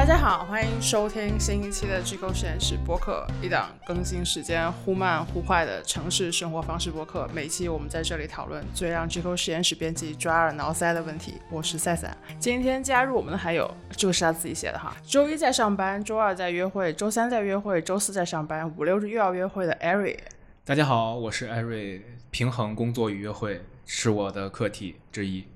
大家好，欢迎收听新一期的 G-Go 实验室播客，一档更新时间忽慢忽快的城市生活方式播客。每期我们在这里讨论最让 G-Go 实验室编辑抓耳挠腮的问题。我是赛赛，今天加入我们的还有，这个是他自己写的哈，周一在上班，周二在约会，周三在约会，周四在上班，五六日又要约会的 Ari。 大家好，我是 Ari， 平衡工作与约会是我的课题之一。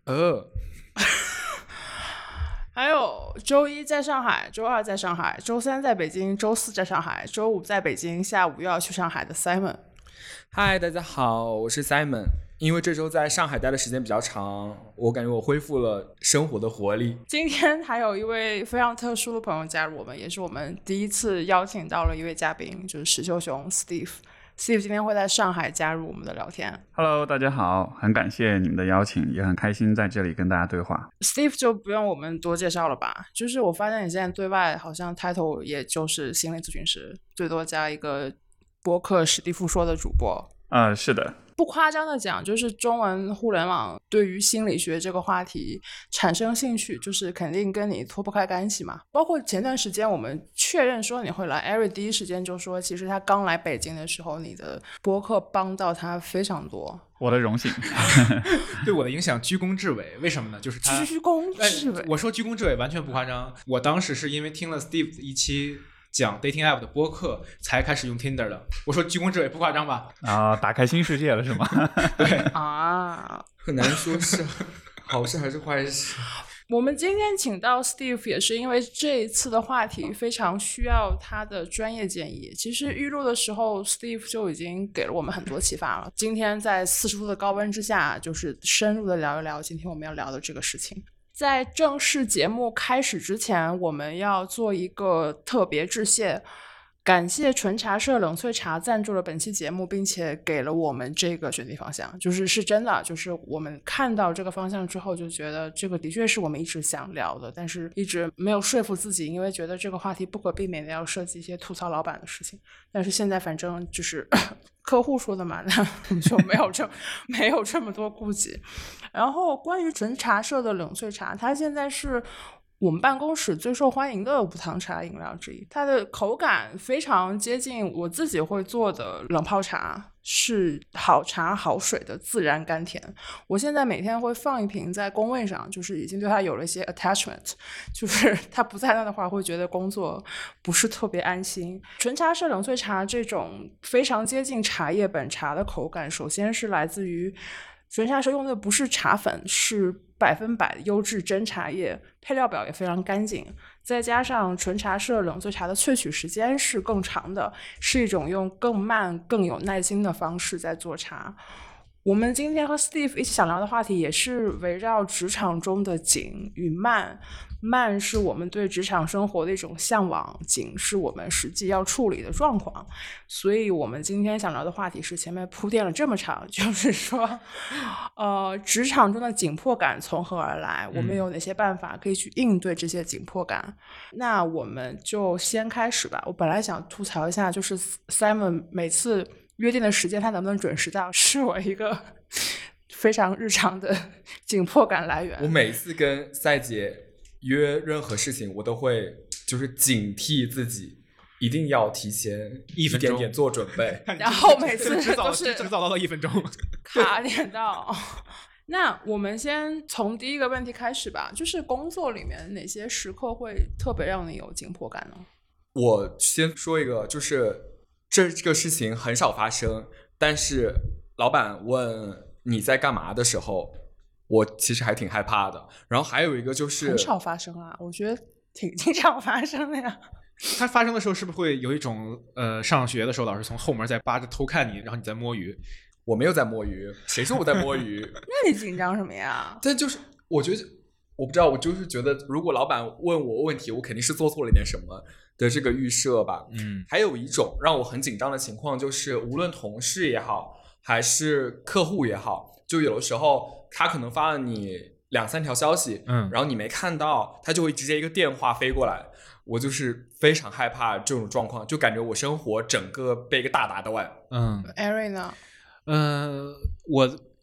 还有周一在上海，周二在上海，周三在北京，周四在上海，周五在北京，下午又要去上海的 Simon。 嗨，大家好，我是 Simon。 因为这周在上海待的时间比较长，我感觉我恢复了生活的活力。 今天还有一位非常特殊的朋友加入我们，也是我们第一次邀请到了一位嘉宾，就是石秀雄 Steve。Steve 今天会在上海加入我们的聊天。 Hello， 大家好，很感谢你们的邀请，也很开心在这里跟大家对话。 Steve 就不用我们多介绍了吧，就是我发现你现在对外好像 title 也就是心理咨询师，最多加一个播客史蒂夫说的主播。 是的， 不夸张的讲，就是中文互联网对于心理学这个话题产生兴趣，就是肯定跟你脱不开干系嘛。包括前段时间我们确认说你会来 Ari 第一时间就说，其实他刚来北京的时候，你的播客帮到他非常多。 我的荣幸。 对我的影响居功至伟，为什么呢？就是他居功至伟， 我说居功至伟完全不夸张。我当时是因为听了 Steve 一期讲 dating app 的播客才开始用 Tinder 的。我说居功至伟不夸张吧？ 打开新世界了是吗？ 对啊， 很难说是好事还是坏事。 我们今天请到 Steve 也是因为这一次的话题非常需要他的专业建议。其实预录的时候 Steve 就已经给了我们很多启发了。今天在40度的高温之下，就是深入的聊一聊今天我们要聊的这个事情。在正式节目开始之前，我们要做一个特别致谢，感谢纯茶社冷萃茶赞助了本期节目，并且给了我们这个选题方向。是真的，就是我们看到这个方向之后就觉得这个的确是我们一直想聊的，但是一直没有说服自己，因为觉得这个话题不可避免的要涉及一些吐槽老板的事情。但是现在反正就是客户说的嘛，那就没有这么多顾忌。然后关于纯茶社的冷萃茶，它现在是我们办公室最受欢迎的无糖茶饮料之一，它的口感非常接近我自己会做的冷泡茶，是好茶好水的自然甘甜。我现在每天会放一瓶在工位上，就是已经对它有了一些 attachment， 就是它不在那的话会觉得工作不是特别安心。纯茶社冷萃茶这种非常接近茶叶本茶的口感，首先是来自于纯茶社用的不是茶粉，是100%的优质真茶叶，配料表也非常干净，再加上纯茶社冷萃茶的萃取时间是更长的，是一种用更慢更有耐心的方式在做茶。我们今天和 Steve 一起想聊的话题也是围绕职场中的紧与慢。慢是我们对职场生活的一种向往，紧是我们实际要处理的状况。所以我们今天想聊的话题是前面铺垫了这么长，就是说职场中的紧迫感从何而来，我们有哪些办法可以去应对这些紧迫感。那我们就先开始吧。我本来想吐槽一下，就是 Simon 每次约定的时间他能不能准时到，是我一个非常日常的紧迫感来源。 我每次跟赛姐约任何事情，我都会就是警惕自己一定要提前一点点做准备， 然后每次都是只早到1分钟卡点到。那我们先从第一个问题开始吧，就是工作里面哪些时刻会特别让你有紧迫感呢？ 我先说一个，就是这个事情很少发生，但是老板问你在干嘛的时候，我其实还挺害怕的。然后还有一个就是很少发生啊，我觉得挺经常发生的呀。 它发生的时候是不是会有一种上学的时候老师从后门在扒着偷看你，然后你在摸鱼？ 我没有在摸鱼，谁说我在摸鱼？ 那你紧张什么呀？ 但就是我觉得我不知道，我就是觉得如果老板问我问题，我肯定是做错了一点什么的这个预设吧。还有一种让我很紧张的情况，就是无论同事也好还是客户也好，就有的时候他可能发了你2-3条消息，然后你没看到，他就会直接一个电话飞过来。我就是非常害怕这种状况，就感觉我生活整个被一个大打断。 Ari 呢？ 我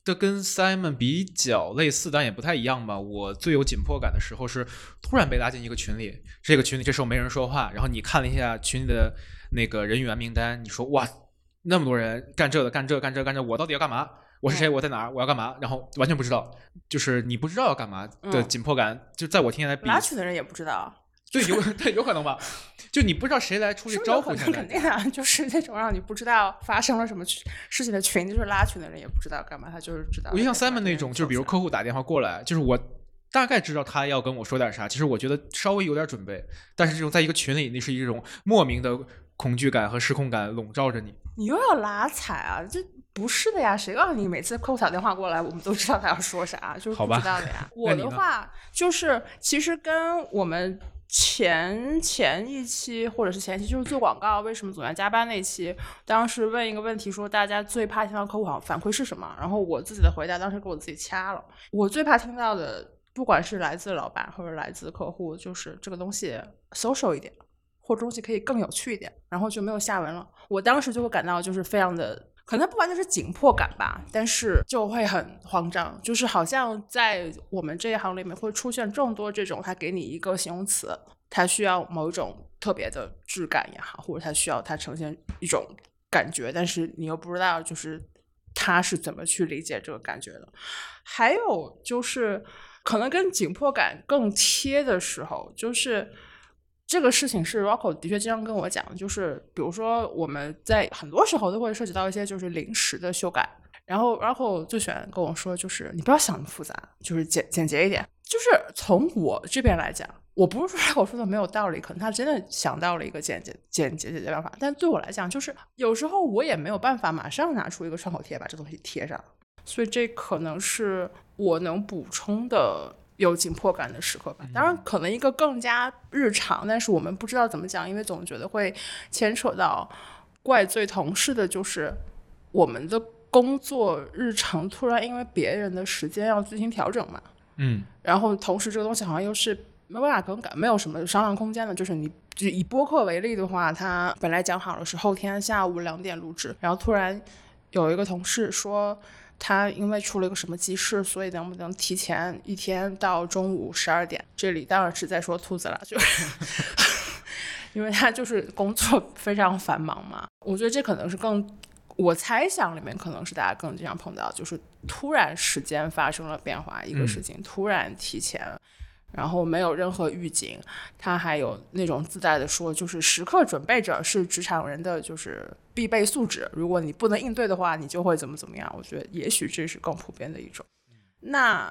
得跟 Simon 比较类似，但也不太一样吧。我最有紧迫感的时候是突然被拉进一个群里，这个群里这时候没人说话，然后你看了一下群里的那个人员名单，你说哇，那么多人干这的干这干这干这，我到底要干嘛？我是谁？我在哪儿？我要干嘛？然后完全不知道，就是你不知道要干嘛的紧迫感，就在我听起来比拉群的人也不知道。 对，有可能吧，就你不知道谁来出去招呼是肯定啊，就是那种让你不知道发生了什么事情的群，就是拉群的人也不知道干嘛，他就是知道。 我就像 Simon 那种，就是比如客户打电话过来，就是我大概知道他要跟我说点啥，其实我觉得稍微有点准备，但是这种在一个群里，那是一种莫名的恐惧感和失控感笼罩着你。 你又要拉踩啊？这不是的呀，谁告诉你每次客户打电话过来，我们都知道他要说啥，就是不知道的呀。我的话就是其实跟我们前一期或者是前期就是做广告为什么总要加班那期，当时问一个问题说大家最怕听到客户反馈是什么，然后我自己的回答当时给我自己掐了，我最怕听到的不管是来自老板或者来自客户，就是这个东西 social 一点，或者东西可以更有趣一点，然后就没有下文了。我当时就会感到就是非常的，可能不完全是紧迫感吧，但是就会很慌张，就是好像在我们这一行里面会出现众多这种他给你一个形容词，他需要某一种特别的质感也好，或者他需要它呈现一种感觉，但是你又不知道就是他是怎么去理解这个感觉的。还有就是可能跟紧迫感更贴的时候，就是这个事情是 Rocco 的确经常跟我讲，就是比如说我们在很多时候都会涉及到一些就是临时的修改，然后 Rocco 最喜欢跟我说就是你不要想那么复杂，就是简洁一点。就是从我这边来讲，我不是说 Rocco 说的没有道理，可能他真的想到了一个简洁办法，但对我来讲就是有时候我也没有办法马上拿出一个创口贴把这东西贴上，所以这可能是我能补充的有紧迫感的时刻吧。当然可能一个更加日常，但是我们不知道怎么讲，因为总觉得会牵扯到怪罪同事的，就是我们的工作日程突然因为别人的时间要进行调整嘛，然后同时这个东西好像又是没办法更改，没有什么商量空间的。就是你就以播客为例的话，他本来讲好了是后天下午2点录制，然后突然有一个同事说他因为出了一个什么急事，所以能不能提前一天到中午12点。这里当然是在说兔子了，就是因为他就是工作非常繁忙嘛。我觉得这可能是我猜想里面可能是大家更经常碰到，就是突然时间发生了变化，一个事情突然提前，然后没有任何预警。他还有那种自带的说，就是时刻准备着是职场人的就是必备素质，如果你不能应对的话，你就会怎么样。我觉得也许这是更普遍的一种。那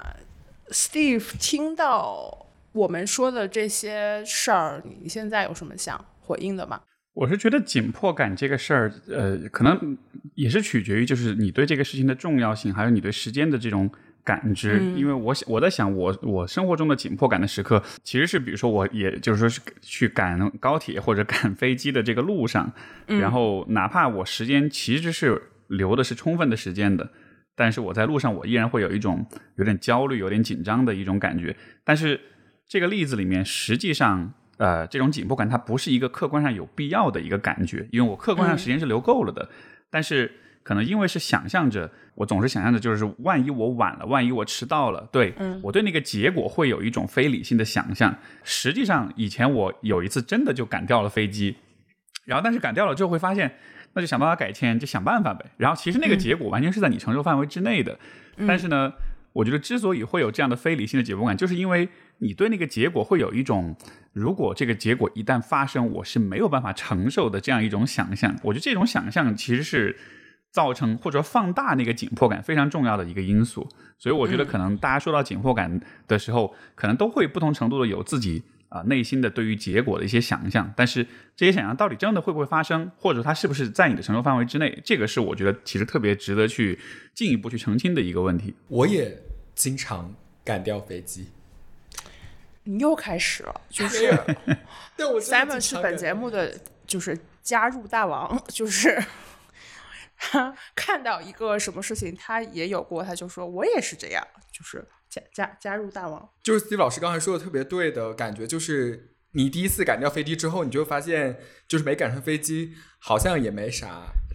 Steve 听到我们说的这些事儿，你现在有什么想回应的吗？ 我是觉得紧迫感这个事儿，可能也是取决于就是你对这个事情的重要性，还有你对时间的这种感知。因为我在想我生活中的紧迫感的时刻，其实是比如说我也就是说是去赶高铁或者赶飞机的这个路上，然后哪怕我时间其实是留的是充分的时间的，但是我在路上我依然会有一种有点焦虑有点紧张的一种感觉。但是这个例子里面实际上这种紧迫感它不是一个客观上有必要的一个感觉，因为我客观上时间是留够了的，但是可能因为是想象着，我总是想象着就是万一我晚了，万一我迟到了，对，我对那个结果会有一种非理性的想象。实际上以前我有一次真的就赶掉了飞机，然后但是赶掉了之后会发现那就想办法改签，就想办法呗，然后其实那个结果完全是在你承受范围之内的。但是呢我觉得之所以会有这样的非理性的紧迫感，就是因为你对那个结果会有一种如果这个结果一旦发生我是没有办法承受的这样一种想象。我觉得这种想象其实是造成或者放大那个紧迫感非常重要的一个因素。所以我觉得可能大家说到紧迫感的时候，可能都会不同程度的有自己内心的对于结果的一些想象，但是这些想象到底真的会不会发生，或者它是不是在你的承受范围之内，这个是我觉得其实特别值得去进一步去澄清的一个问题。 我也经常赶掉飞机。 你又开始了，就是Simon 是本节目的就是加入大王，就是他看到一个什么事情他也有过，他就说我也是这样，就是加入大王。 就是 Steve 老师刚才说的特别对的感觉，就是你第一次赶掉飞机之后，你就会发现就是没赶上飞机好像也没啥，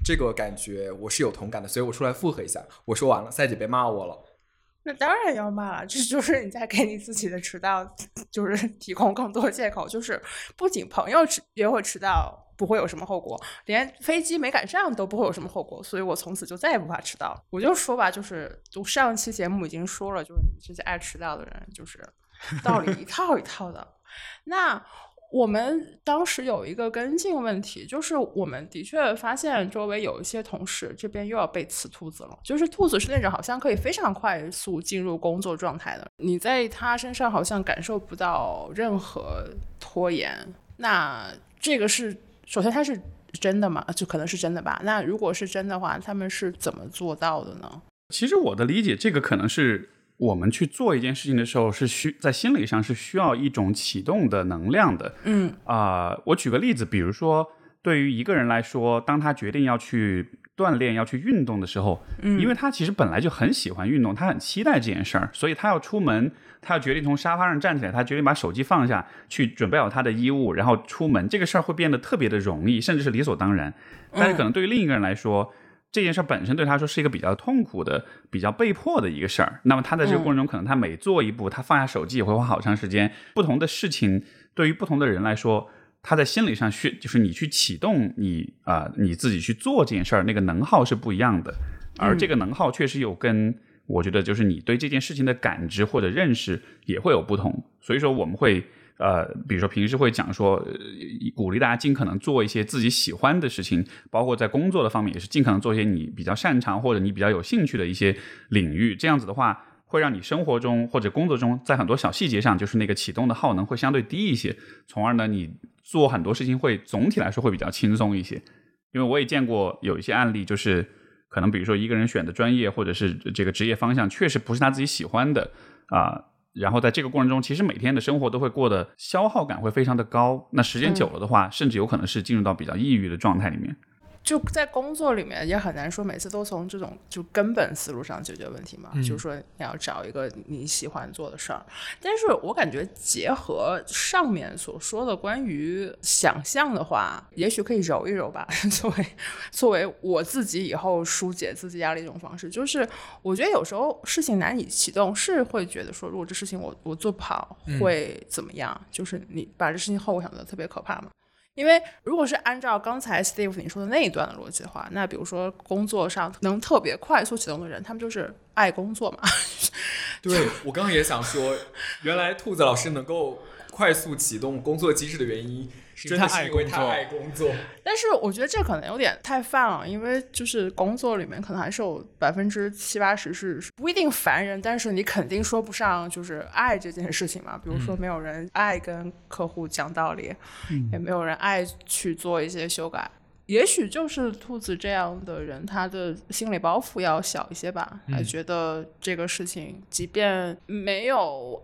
这个感觉我是有同感的，所以我出来附和一下。我说完了，赛姐别骂我了。 那当然要骂了，这就是你在给你自己的迟到就是提供更多借口，就是不仅朋友约会迟到不会有什么后果，连飞机没赶上都不会有什么后果，所以我从此就再也不怕迟到。我就说吧，就是我上期节目已经说了，就是你们这些爱迟到的人就是道理一套一套的。那我们当时有一个跟进问题，就是我们的确发现周围有一些同事这边又要被刺兔子了，就是兔子是那种好像可以非常快速进入工作状态的，你在他身上好像感受不到任何拖延。那这个是首先它是真的吗？就可能是真的吧。那如果是真的话，他们是怎么做到的呢？ 其实我的理解，这个可能是我们去做一件事情的时候是在心理上是需要一种启动的能量的。我举个例子，比如说对于一个人来说，当他决定要去锻炼要去运动的时候，因为他其实本来就很喜欢运动，他很期待这件事儿，所以他要出门，他要决定从沙发上站起来，他决定把手机放下去准备好他的衣物然后出门，这个事儿会变得特别的容易，甚至是理所当然。但是可能对于另一个人来说，这件事本身对他说是一个比较痛苦的比较被迫的一个事儿，那么他在这个过程中可能他每做一步他放下手机也会花好长时间。不同的事情对于不同的人来说，他在心理上就是你去启动你自己去做这件事儿，那个能耗是不一样的，而这个能耗确实有跟我觉得就是你对这件事情的感知或者认识也会有不同。所以说我们会比如说平时会讲说鼓励大家尽可能做一些自己喜欢的事情，包括在工作的方面也是尽可能做一些你比较擅长或者你比较有兴趣的一些领域，这样子的话会让你生活中或者工作中在很多小细节上就是那个启动的耗能会相对低一些，从而呢你做很多事情会总体来说会比较轻松一些。因为我也见过有一些案例，就是可能比如说一个人选的专业或者是这个职业方向确实不是他自己喜欢的然后在这个过程中其实每天的生活都会过得消耗感会非常的高，那时间久了的话甚至有可能是进入到比较抑郁的状态里面。 就在工作里面也很难说每次都从这种就根本思路上解决问题嘛，就是说你要找一个你喜欢做的事儿。但是我感觉结合上面所说的关于想象的话，也许可以揉一揉吧，作为我自己以后疏解自己压力的一种方式。就是我觉得有时候事情难以启动，是会觉得说如果这事情我做不好会怎么样，就是你把这事情后果想得特别可怕嘛。因为如果是按照刚才 Steve 你说的那一段的逻辑的话，那比如说工作上能特别快速启动的人，他们就是爱工作嘛。 对，我刚刚也想说，原来兔子老师能够快速启动工作机制的原因真的是因为他爱工作。 但是我觉得这可能有点太泛了，因为就是工作里面可能还是有70-80%是不一定烦人，但是你肯定说不上就是爱这件事情嘛。比如说没有人爱跟客户讲道理，也没有人爱去做一些修改。也许就是兔子这样的人，他的心理包袱要小一些吧，还觉得这个事情即便没有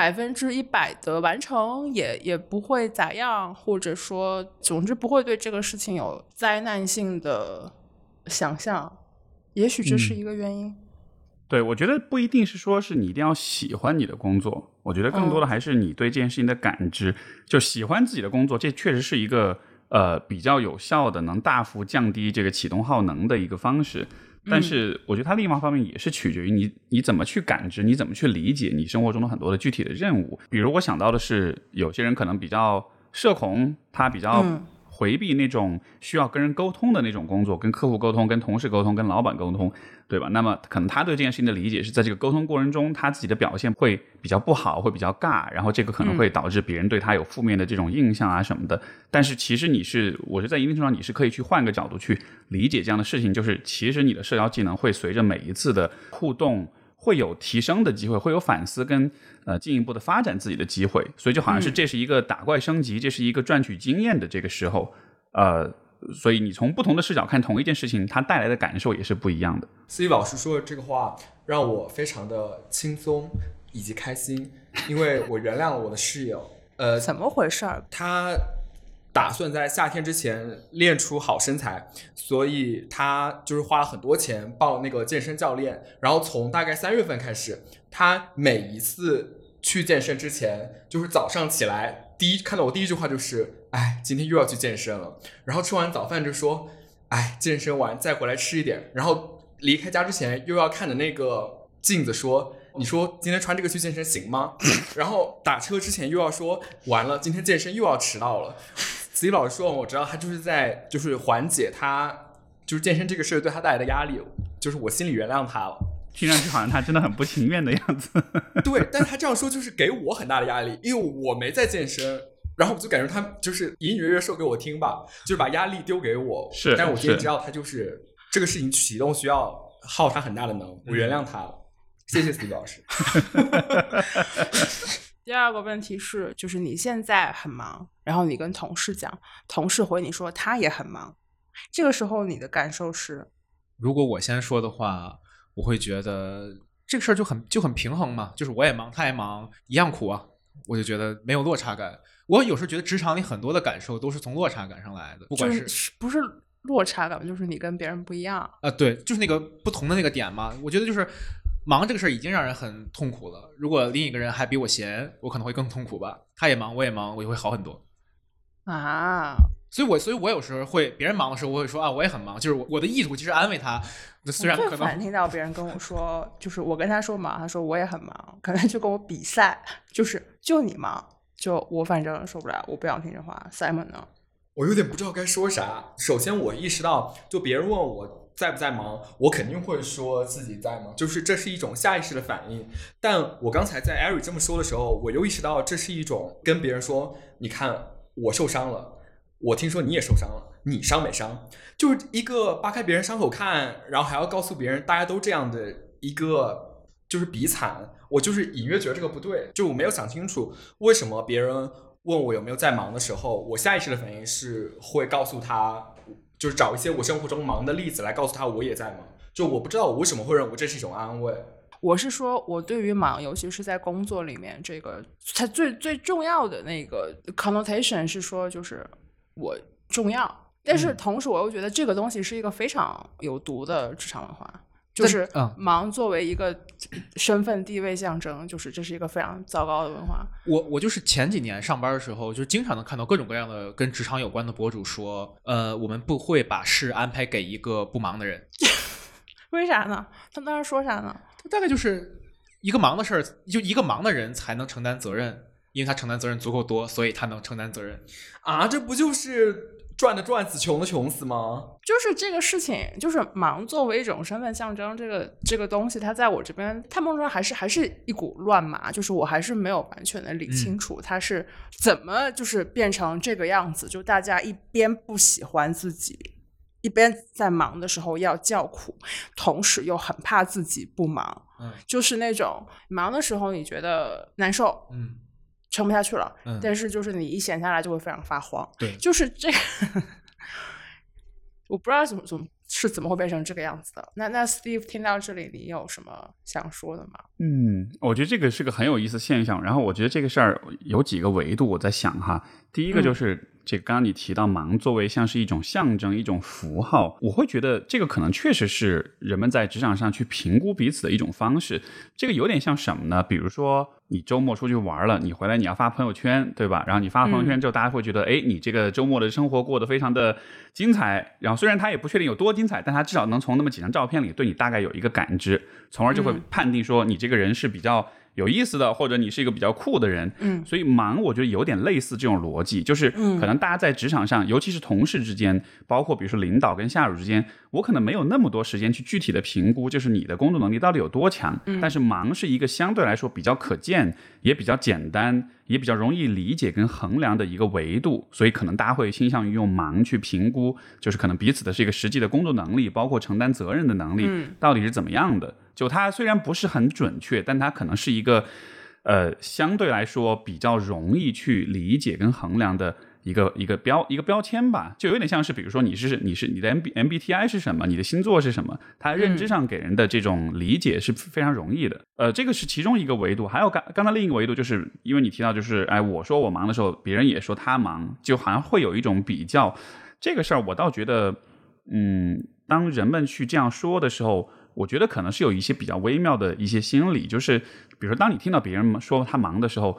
100%的完成也不会咋样，或者说总之不会对这个事情有灾难性的想象，也许这是一个原因。 对，我觉得不一定是说是你一定要喜欢你的工作，我觉得更多的还是你对这件事情的感知。就喜欢自己的工作，这确实是一个比较有效的能大幅降低这个启动耗能的一个方式。但是我觉得它另外一方面也是取决于你怎么去感知，你怎么去理解你生活中的很多的具体的任务。比如我想到的是有些人可能比较社恐，他比较回避那种需要跟人沟通的那种工作，跟客户沟通，跟同事沟通，跟老板沟通，对吧？那么可能他对这件事情的理解是在这个沟通过程中他自己的表现会比较不好，会比较尬，然后这个可能会导致别人对他有负面的这种印象啊什么的。但是其实我觉得在一定程度上你是可以去换个角度去理解这样的事情，就是其实你的社交技能会随着每一次的互动会有提升的机会，会有反思跟进一步的发展自己的机会。所以就好像是这是一个打怪升级，这是一个赚取经验的这个时候，所以你从不同的视角看同一件事情，它带来的感受也是不一样的。 Steve 老师说的这个话让我非常的轻松以及开心，因为我原谅了我的室友。 怎么回事？ 他打算在夏天之前练出好身材，所以他就是花了很多钱报那个健身教练，然后从大概3月份开始，他每一次去健身之前，就是早上起来看到我第一句话就是，哎，今天又要去健身了。然后吃完早饭就说， 哎，健身完再回来吃一点，然后离开家之前又要看着那个镜子说，你说今天穿这个去健身行吗？然后打车之前又要说，完了，今天健身又要迟到了。Steve 老师说，我知道他就是在缓解他就是健身这个事对他带来的压力，就是我心里原谅他了。 听上去好像他真的很不情愿的样子。 对，但他这样说就是给我很大的压力，因为我没在健身，然后我就感觉他就是隐隐约约说给我听吧，就是把压力丢给我。 是， 但是我今天知道他就是这个事情启动需要耗他很大的能，我原谅他了。谢谢 Steve 老师。 第二个问题是，就是你现在很忙，然后你跟同事讲，同事回你说他也很忙，这个时候你的感受是？ 如果我先说的话，我会觉得这个事儿就很平衡嘛，就是我也忙，他也忙，一样苦啊，我就觉得没有落差感。我有时候觉得职场里很多的感受都是从落差感上来的，不管是不是落差感，就是你跟别人不一样啊。 对，就是那个不同的那个点嘛。我觉得就是忙这个事儿已经让人很痛苦了，如果另一个人还比我闲，我可能会更痛苦吧。他也忙，我也忙，我就会好很多啊。 所以我有时候会别人忙的时候，我会说啊，我也很忙，就是我的意图其实安慰他。虽然可能最烦听到别人跟我说，就是我跟他说忙，他说我也很忙，可能就跟我比赛，就你忙，就我反正受不了，我不想听这话。Simon 呢？ 我有点不知道该说啥。首先我意识到，就别人问我在不在忙，我肯定会说自己在忙，就是这是一种下意识的反应。但我刚才在 Ari 这么说的时候，我又意识到这是一种跟别人说，你看我受伤了，我听说你也受伤了，你伤没伤？就是一个扒开别人伤口看，然后还要告诉别人大家都这样的一个就是比惨。我就是隐约觉得这个不对，就我没有想清楚为什么别人问我有没有在忙的时候，我下意识的反应是会告诉他，就是找一些我生活中忙的例子来告诉他我也在忙。就我不知道我为什么会认为这是一种安慰。 我是说，我对于忙，尤其是在工作里面，这个它最重要的那个 connotation 是说，就是我重要，但是同时我又觉得这个东西是一个非常有毒的职场文化。就是忙作为一个身份地位象征，就是这是一个非常糟糕的文化。 我就是前几年上班的时候，就经常能看到各种各样的跟职场有关的博主说，我们不会把事安排给一个不忙的人。 为啥呢？他当时说啥呢？ 大概就是一个忙的事儿，就一个忙的人才能承担责任，因为他承担责任足够多，所以他能承担责任啊！这不就是赚的赚死，穷的穷死吗？ 就是这个事情，就是忙作为一种身份象征，这个东西，它在我这边，它某种程度还是一股乱麻，就是我还是没有完全的理清楚它是怎么就是变成这个样子，就大家一边不喜欢自己，一边在忙的时候要叫苦，同时又很怕自己不忙，就是那种忙的时候你觉得难受，撑不下去了，但是就是你一闲下来就会非常发慌， 对， 就是这个我不知道怎么会变成这个样子的。那 Steve 听到这里，你有什么想说的吗？ 我觉得这个是个很有意思的现象，然后我觉得这个事儿有几个维度我在想哈。第一个就是这个刚刚你提到忙作为像是一种象征，一种符号，我会觉得这个可能确实是人们在职场上去评估彼此的一种方式。这个有点像什么呢？比如说你周末出去玩了，你回来你要发朋友圈，对吧？然后你发朋友圈之后，大家会觉得你这个周末的生活过得非常的精彩，然后虽然他也不确定有多精彩，但他至少能从那么几张照片里对你大概有一个感知，从而就会判定说你这个人是比较有意思的，或者你是一个比较酷的人。所以忙我觉得有点类似这种逻辑，就是可能大家在职场上，尤其是同事之间，包括比如说领导跟下属之间，我可能没有那么多时间去具体的评估就是你的工作能力到底有多强，但是忙是一个相对来说比较可见，也比较简单，也比较容易理解跟衡量的一个维度，所以可能大家会倾向于用忙去评估，就是可能彼此的是一个实际的工作能力，包括承担责任的能力到底是怎么样的。就它虽然不是很准确，但它可能是一个相对来说比较容易去理解跟衡量的一个标签吧。就有点像是比如说你的 MBTI 是什么，你的星座是什么，它认知上给人的这种理解是非常容易的。这个是其中一个维度。还有刚才另一个维度，就是因为你提到就是我说我忙的时候，别人也说他忙，就好像会有一种比较。这个事儿我倒觉得当人们去这样说的时候，我觉得可能是有一些比较微妙的一些心理，就是比如说当你听到别人说他忙的时候，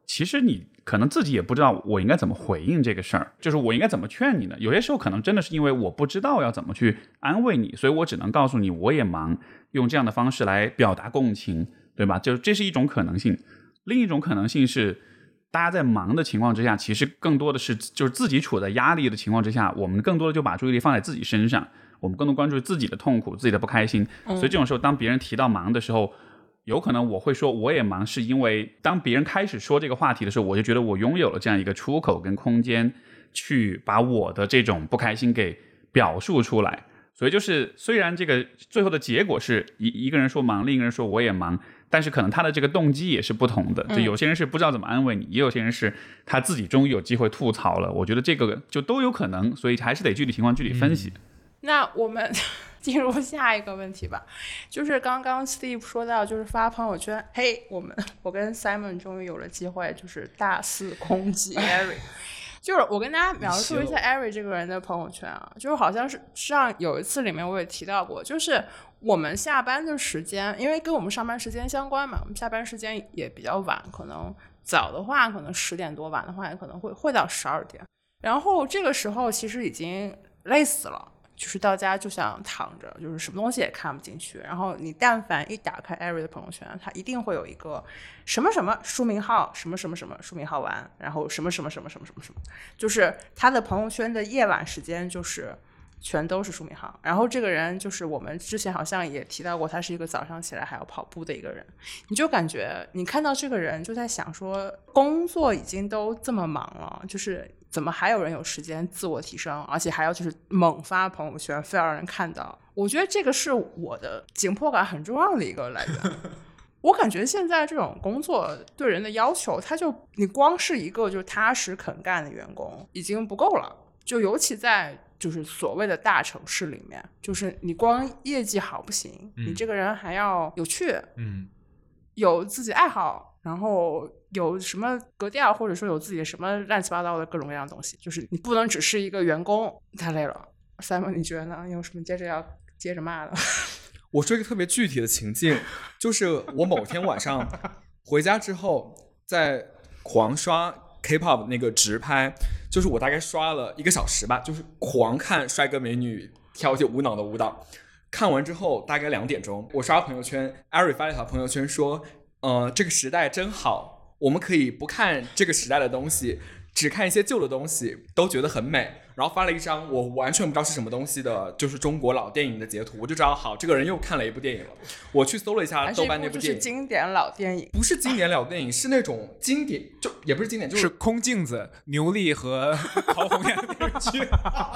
其实你可能自己也不知道我应该怎么回应这个事儿，就是我应该怎么劝你呢？有些时候可能真的是因为我不知道要怎么去安慰你，所以我只能告诉你我也忙，用这样的方式来表达共情，对吧？就这是一种可能性。另一种可能性是，大家在忙的情况之下，其实更多的是就是自己处在压力的情况之下，我们更多的就把注意力放在自己身上，我们更多关注自己的痛苦、自己的不开心。所以这种时候，当别人提到忙的时候，有可能我会说我也忙，是因为当别人开始说这个话题的时候，我就觉得我拥有了这样一个出口跟空间，去把我的这种不开心给表述出来。所以就是虽然这个最后的结果是一个人说忙，另一个人说我也忙，但是可能他的这个动机也是不同的。就有些人是不知道怎么安慰你，也有些人是他自己终于有机会吐槽了。我觉得这个就都有可能，所以还是得具体情况具体分析。 那我们进入下一个问题吧，就是刚刚 Steve 说到，就是发朋友圈，嘿，我跟 Simon 终于有了机会，就是大肆攻击 Eric。就是我跟大家描述一下 Eric 这个人的朋友圈啊，就是好像是上有一次里面我也提到过，就是我们下班的时间，因为跟我们上班时间相关嘛，我们下班时间也比较晚，可能早的话可能10点多，晚的话也可能会到12点。然后这个时候其实已经累死了，就是到家就想躺着，就是什么东西也看不进去。然后你但凡一打开 Eric 的朋友圈，他一定会有一个什么什么书名号，什么什么什么书名号完，然后什么什么什么什么什么什么，就是他的朋友圈的夜晚时间就是全都是书名号。然后这个人就是我们之前好像也提到过，他是一个早上起来还要跑步的一个人。你就感觉你看到这个人就在想说，工作已经都这么忙了，就是怎么还有人有时间自我提升，而且还要就是猛发朋友圈，非要让人看到。我觉得这个是我的紧迫感很重要的一个来源。我感觉现在这种工作对人的要求，你光是一个就是踏实肯干的员工已经不够了，就尤其在就是所谓的大城市里面，就是你光业绩好不行，你这个人还要有趣，有自己爱好，然后有什么格调，或者说有自己什么乱七八糟的各种各样的东西，就是你不能只是一个员工。太累了。 Simon 你觉得呢？有什么接着骂的？ 我说一个特别具体的情境，就是我某天晚上回家之后在狂刷 K-pop 那个直拍，就是我大概刷了1个小时吧，就是狂看帅哥美女跳一些无脑的舞蹈。看完之后大概2点钟，我刷朋友圈， Ari 发了一条朋友圈说这个时代真好，我们可以不看这个时代的东西，只看一些旧的东西，都觉得很美。然后发了一张我完全不知道是什么东西的，就是中国老电影的截图，我就知道好，这个人又看了一部电影了。我去搜了一下豆瓣那部电影， 就是经典老电影， 不是经典老电影，是那种经典，就也不是经典，就是空镜子、牛莉和陶虹演的电视剧。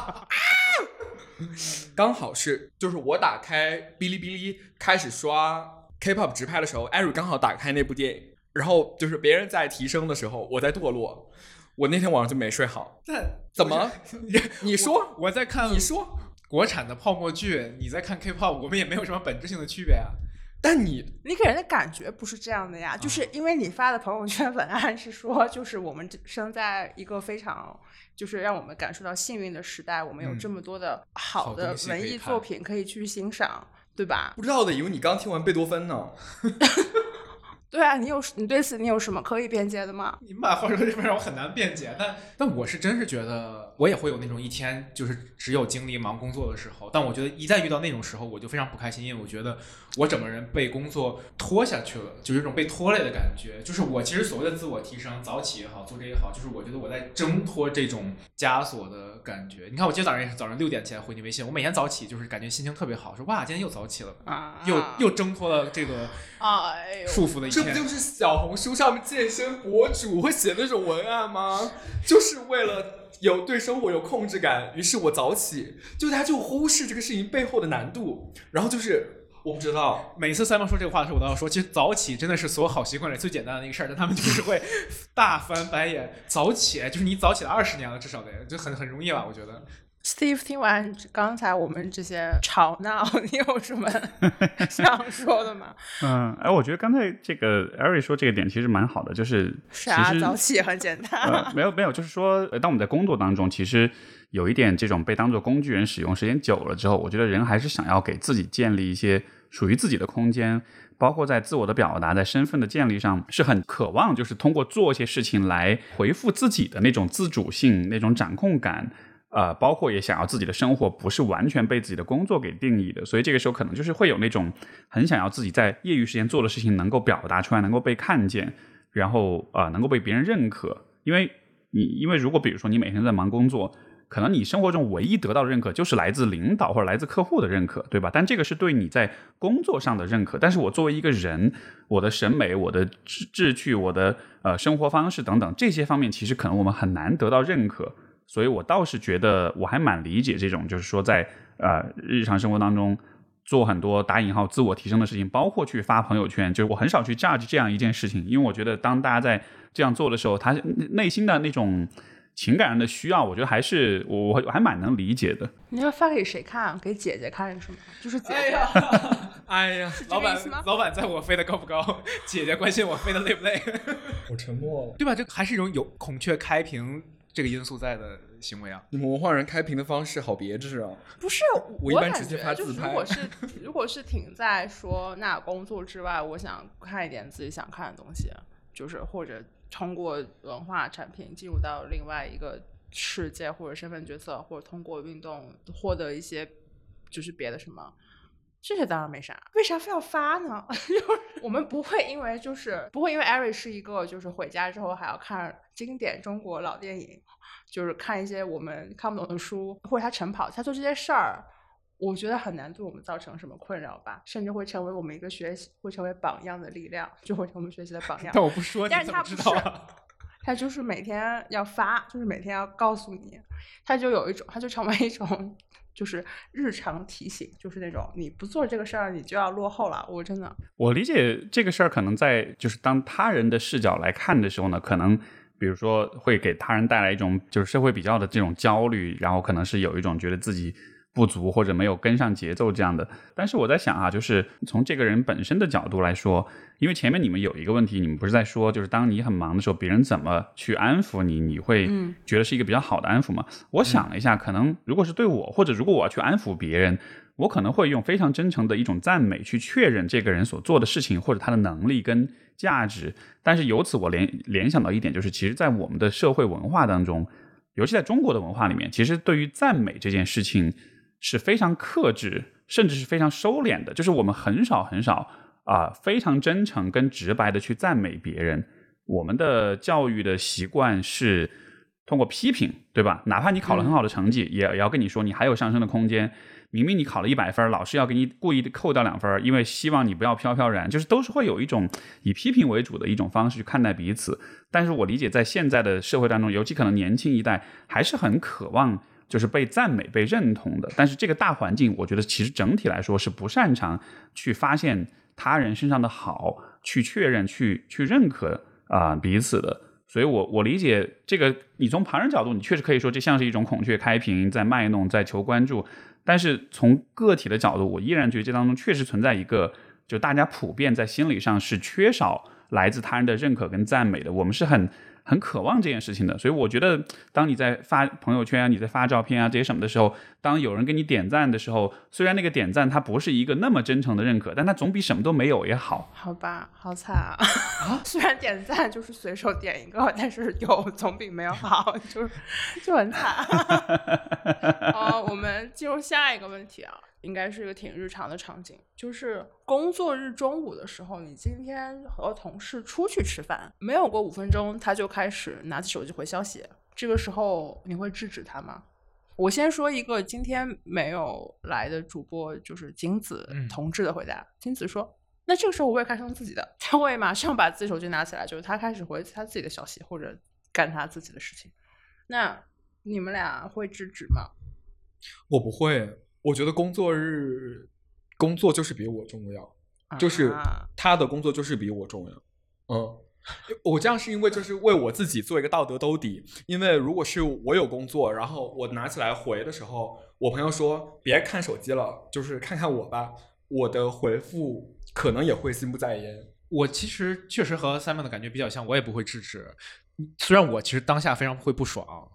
刚好是，就是我打开哔哩哔哩开始刷 K-pop 直拍的时候，艾瑞刚好打开那部电影，然后就是别人在提升的时候，我在堕落。我那天晚上就没睡好。怎么？你说我在看， 你说国产的泡沫剧，你在看 K-pop， 我们也没有什么本质性的区别啊。 但你给人的感觉不是这样的呀，就是因为你发的朋友圈文案是说，就是我们生在一个非常就是让我们感受到幸运的时代，我们有这么多的好的文艺作品可以去欣赏，对吧？ 不知道的以为你刚听完贝多芬呢。 对啊，你对此你有什么可以辩解的吗？ 你们把话说这边让我很难辩解，但我是真是觉得我也会有那种一天就是只有精力忙工作的时候，但我觉得一旦遇到那种时候我就非常不开心，因为我觉得我整个人被工作拖下去了，就是一种被拖累的感觉。就是我其实所谓的自我提升，早起也好，做这也好，就是我觉得我在挣脱这种枷锁的感觉。你看我今天早上也是早上6点起来回你微信，我每天早起就是感觉心情特别好，说哇今天又早起了，又挣脱了这个束缚的一天。 这不就是小红书上面健身博主会写那种文案吗？就是为了对生活有控制感，于是我早起，就他就忽视这个事情背后的难度，然后就是我不知道。 每次Simon说这个话的时候，我都要说，其实早起真的是所有好习惯里最简单的一个事儿，但他们就是会大翻白眼。早起就是你早起了20年了，至少得就很容易吧，我觉得。 Steve 听完刚才我们这些吵闹，你有什么想说的吗？ 我觉得刚才这个 Ari 说这个点其实蛮好的，就是早起也很简单。 没有，就是说当我们在工作当中，其实有一点这种被当作工具人使用时间久了之后，我觉得人还是想要给自己建立一些属于自己的空间，包括在自我的表达，在身份的建立上是很渴望，就是通过做一些事情来回复自己的那种自主性，那种掌控感，包括也想要自己的生活不是完全被自己的工作给定义的，所以这个时候可能就是会有那种很想要自己在业余时间做的事情能够表达出来，能够被看见，然后能够被别人认可。因为如果比如说你每天在忙工作，可能你生活中唯一得到的认可就是来自领导或者来自客户的认可，对吧？但这个是对你在工作上的认可，但是我作为一个人，我的审美，我的志趣，我的生活方式等等这些方面，其实可能我们很难得到认可。所以我倒是觉得我还蛮理解这种就是说在日常生活当中做很多打引号自我提升的事情，包括去发朋友圈，就是我很少去 judge 这样一件事情，因为我觉得当大家在这样做的时候，他内心的那种情感上的需要，我觉得还是我还蛮能理解的。 你要发给谁看？给姐姐看是吗？就是姐姐。 哎呀， 老板在我飞得高不高？姐姐关心我飞得累不累？ 我沉默了， 对吧？这还是一种有孔雀开屏这个因素在的行为啊。 你们文化人开屏的方式好别致啊！ 不是， 我一般直接发自拍。 如果是停在说那工作之外，我想看一点自己想看的东西，就是或者通过文化产品进入到另外一个世界或者身份角色，或者通过运动获得一些就是别的什么。这些当然没啥，为啥非要发呢？我们不会因为艾瑞是一个就是回家之后还要看经典中国老电影，就是看一些我们看不懂的书，或者他晨跑，他做这些事儿，我觉得很难对我们造成什么困扰吧，甚至会成为我们一个学习，会成为榜样的力量，就会成为我们学习的榜样。 但我不说， 但是他你怎么知道啊？ 他就是每天要发，就是每天要告诉你，他就成为一种就是日常提醒，就是那种你不做这个事儿你就要落后了。我理解这个事儿可能在就是当他人的视角来看的时候呢，可能比如说会给他人带来一种就是社会比较的这种焦虑，然后可能是有一种觉得自己不足或者没有跟上节奏这样的。但是我在想啊，就是从这个人本身的角度来说，因为前面你们有一个问题，你们不是在说就是当你很忙的时候别人怎么去安抚你，你会觉得是一个比较好的安抚吗？我想了一下，可能如果是对我，或者如果我要去安抚别人，我可能会用非常真诚的一种赞美去确认这个人所做的事情或者他的能力跟价值。但是由此我联想到一点，就是其实在我们的社会文化当中，尤其在中国的文化里面，其实对于赞美这件事情是非常克制，甚至是非常收敛的，就是我们很少非常真诚跟直白的去赞美别人。我们的教育的习惯是通过批评，对吧？哪怕你考了很好的成绩，也要跟你说你还有上升的空间。明明你考了100分，老师要给你故意扣掉2分，因为希望你不要飘飘然，就是都是会有一种以批评为主的一种方式去看待彼此。但是我理解在现在的社会当中，尤其可能年轻一代还是很渴望就是被赞美被认同的，但是这个大环境我觉得其实整体来说是不擅长去发现他人身上的好，去确认去认可彼此的。所以我理解这个，你从旁人角度你确实可以说这像是一种孔雀开屏，在卖弄，在求关注，但是从个体的角度，我依然觉得这当中确实存在一个就大家普遍在心理上是缺少来自他人的认可跟赞美的，我们是很渴望这件事情的。所以我觉得当你在发朋友圈啊，你在发照片啊这些什么的时候，当有人给你点赞的时候，虽然那个点赞它不是一个那么真诚的认可，但它总比什么都没有也好。 好吧，好惨啊！虽然点赞就是随手点一个，但是有总比没有好，就很惨。我们进入下一个问题啊，应该是一个挺日常的场景，就是工作日中午的时候，你今天和同事出去吃饭，没有过5分钟他就开始拿起手机回消息，这个时候你会制止他吗？我先说一个今天没有来的主播，就是金子同志的回答。金子说那这个时候我会开始用自己的，他会马上把自己手机拿起来，就是他开始回他自己的消息或者干他自己的事情。那你们俩会制止吗？ 我不会，我觉得工作日工作就是比我重要，就是他的工作就是比我重要。我这样是因为就是为我自己做一个道德兜底，因为如果是我有工作，然后我拿起来回的时候，我朋友说别看手机了，就是看看我吧，我的回复可能也会心不在焉。 我其实确实和 Simon 的感觉比较像，我也不会制止，虽然我其实当下非常会不爽，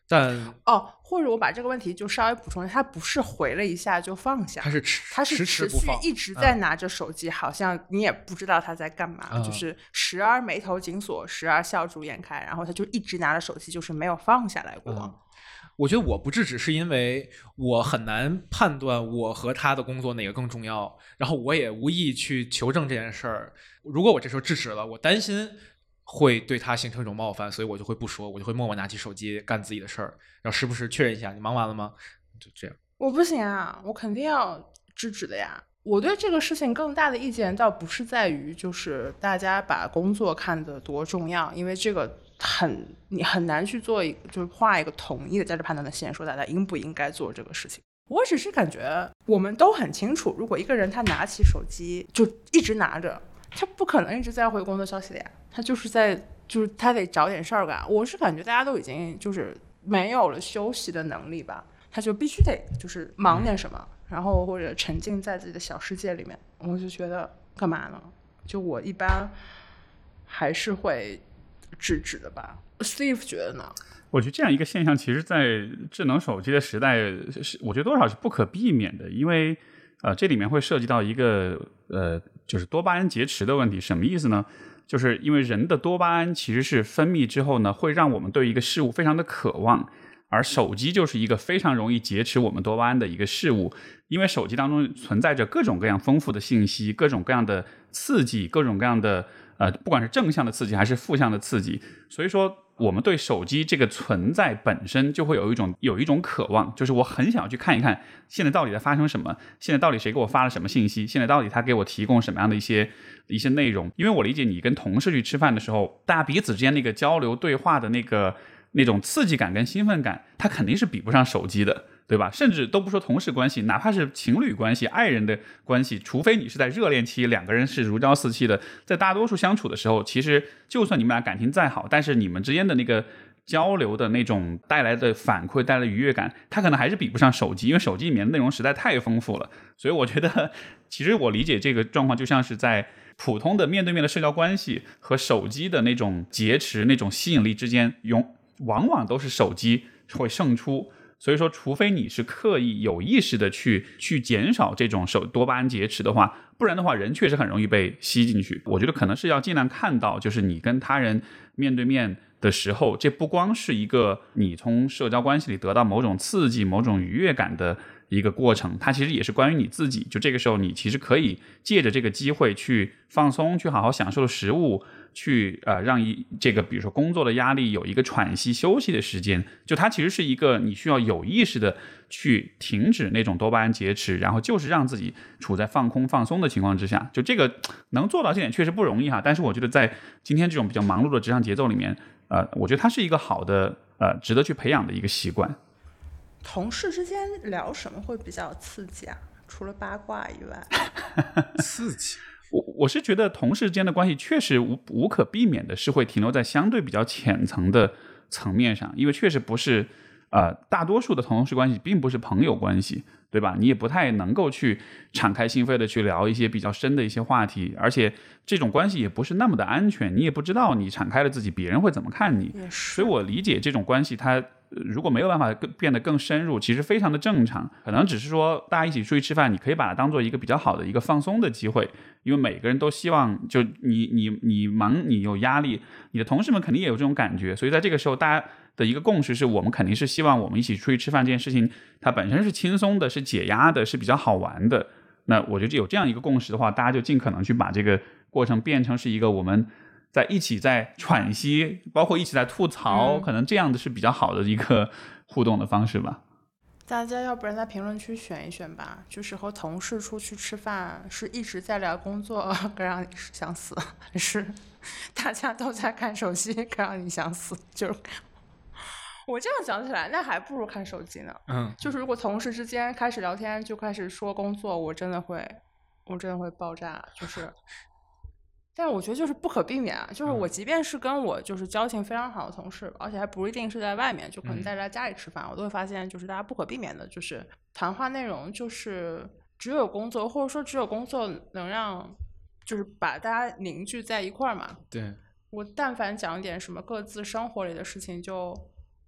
但或者我把这个问题就稍微补充一下，他不是回了一下就放下， 他是持续一直在拿着手机，好像你也不知道他在干嘛，就是时而眉头紧锁，时而笑逐颜开，然后他就一直拿着手机，就是没有放下来过。 我觉得我不制止是因为我很难判断我和他的工作哪个更重要，然后我也无意去求证这件事儿。如果我这时候制止了，我担心会对他形成一种冒犯，所以我就会不说，我就会默默拿起手机干自己的事儿，然后时不时确认一下你忙完了吗，就这样。 我不行啊，我肯定要制止的呀。我对这个事情更大的意见倒不是在于就是大家把工作看得多重要，因为这个你很难去做就是画一个统一的价值判断的线，说大家应不应该做这个事情。我只是感觉我们都很清楚，如果一个人他拿起手机就一直拿着，他不可能一直在回工作消息的呀，他就是他得找点事儿干。我是感觉大家都已经就是没有了休息的能力吧，他就必须得就是忙点什么，然后或者沉浸在自己的小世界里面。我就觉得干嘛呢？就我一般还是会制止的吧。Steve 觉得呢？ 我觉得这样一个现象，其实在智能手机的时代，我觉得多少是不可避免的，因为这里面会涉及到一个就是多巴胺劫持的问题。什么意思呢？就是因为人的多巴胺其实是分泌之后呢，会让我们对一个事物非常的渴望，而手机就是一个非常容易劫持我们多巴胺的一个事物。因为手机当中存在着各种各样丰富的信息，各种各样的刺激，各种各样的不管是正向的刺激还是负向的刺激，所以说我们对手机这个存在本身就会有一种渴望，就是我很想要去看一看现在到底在发生什么，现在到底谁给我发了什么信息，现在到底他给我提供什么样的一些内容。因为我理解你跟同事去吃饭的时候，大家彼此之间那个交流对话的那种刺激感跟兴奋感，它肯定是比不上手机的，对吧？甚至都不说同事关系，哪怕是情侣关系、爱人的关系，除非你是在热恋期，两个人是如胶似漆的，在大多数相处的时候，其实就算你们俩感情再好，但是你们之间的那个交流的那种带来的反馈、带来的愉悦感，它可能还是比不上手机，因为手机里面的内容实在太丰富了。所以我觉得，其实我理解这个状况，就像是在普通的面对面的社交关系和手机的那种劫持、那种吸引力之间，往往都是手机会胜出。所以说除非你是刻意有意识的去减少这种多巴胺劫持的话，不然的话人确实很容易被吸进去。我觉得可能是要尽量看到，就是你跟他人面对面的时候，这不光是一个你从社交关系里得到某种刺激、某种愉悦感的一个过程，它其实也是关于你自己。就这个时候你其实可以借着这个机会去放松，去好好享受食物，去让这个比如说工作的压力有一个喘息休息的时间。就它其实是一个你需要有意识的去停止那种多巴胺劫持，然后就是让自己处在放空放松的情况之下。就这个能做到这点确实不容易哈，但是我觉得在今天这种比较忙碌的职场节奏里面，我觉得它是一个好的值得去培养的一个习惯。 同事之间聊什么会比较刺激啊？除了八卦以外， 刺激。 我是觉得同事之间的关系确实无可避免的是会停留在相对比较浅层的层面上，因为确实不是大多数的同事关系并不是朋友关系，对吧？你也不太能够去敞开心扉的去聊一些比较深的一些话题，而且这种关系也不是那么的安全，你也不知道你敞开了自己别人会怎么看你。所以我理解这种关系它如果没有办法变得更深入，其实非常的正常。可能只是说大家一起出去吃饭，你可以把它当做一个比较好的一个放松的机会，因为每个人都希望就你忙，你有压力，你的同事们肯定也有这种感觉，所以在这个时候大家的一个共识是我们肯定是希望我们一起出去吃饭这件事情它本身是轻松的，是解压的，是比较好玩的。那我觉得有这样一个共识的话，大家就尽可能去把这个过程变成是一个我们一起在喘息，包括一起在吐槽，可能这样的是比较好的一个互动的方式吧。 大家要不然在评论区选一选吧，就是和同事出去吃饭是一直在聊工作更让你想死，还是大家都在看手机更让你想死？就是我这样讲起来，那还不如看手机呢。就是如果同事之间开始聊天就开始说工作，我真的会爆炸，就是但我觉得就是不可避免啊，就是我即便是跟我就是交情非常好的同事，而且还不一定是在外面，就可能在家里吃饭，我都会发现就是大家不可避免的就是谈话内容就是只有工作，或者说只有工作能让就是把大家凝聚在一块儿嘛。 对， 我但凡讲一点什么各自生活里的事情就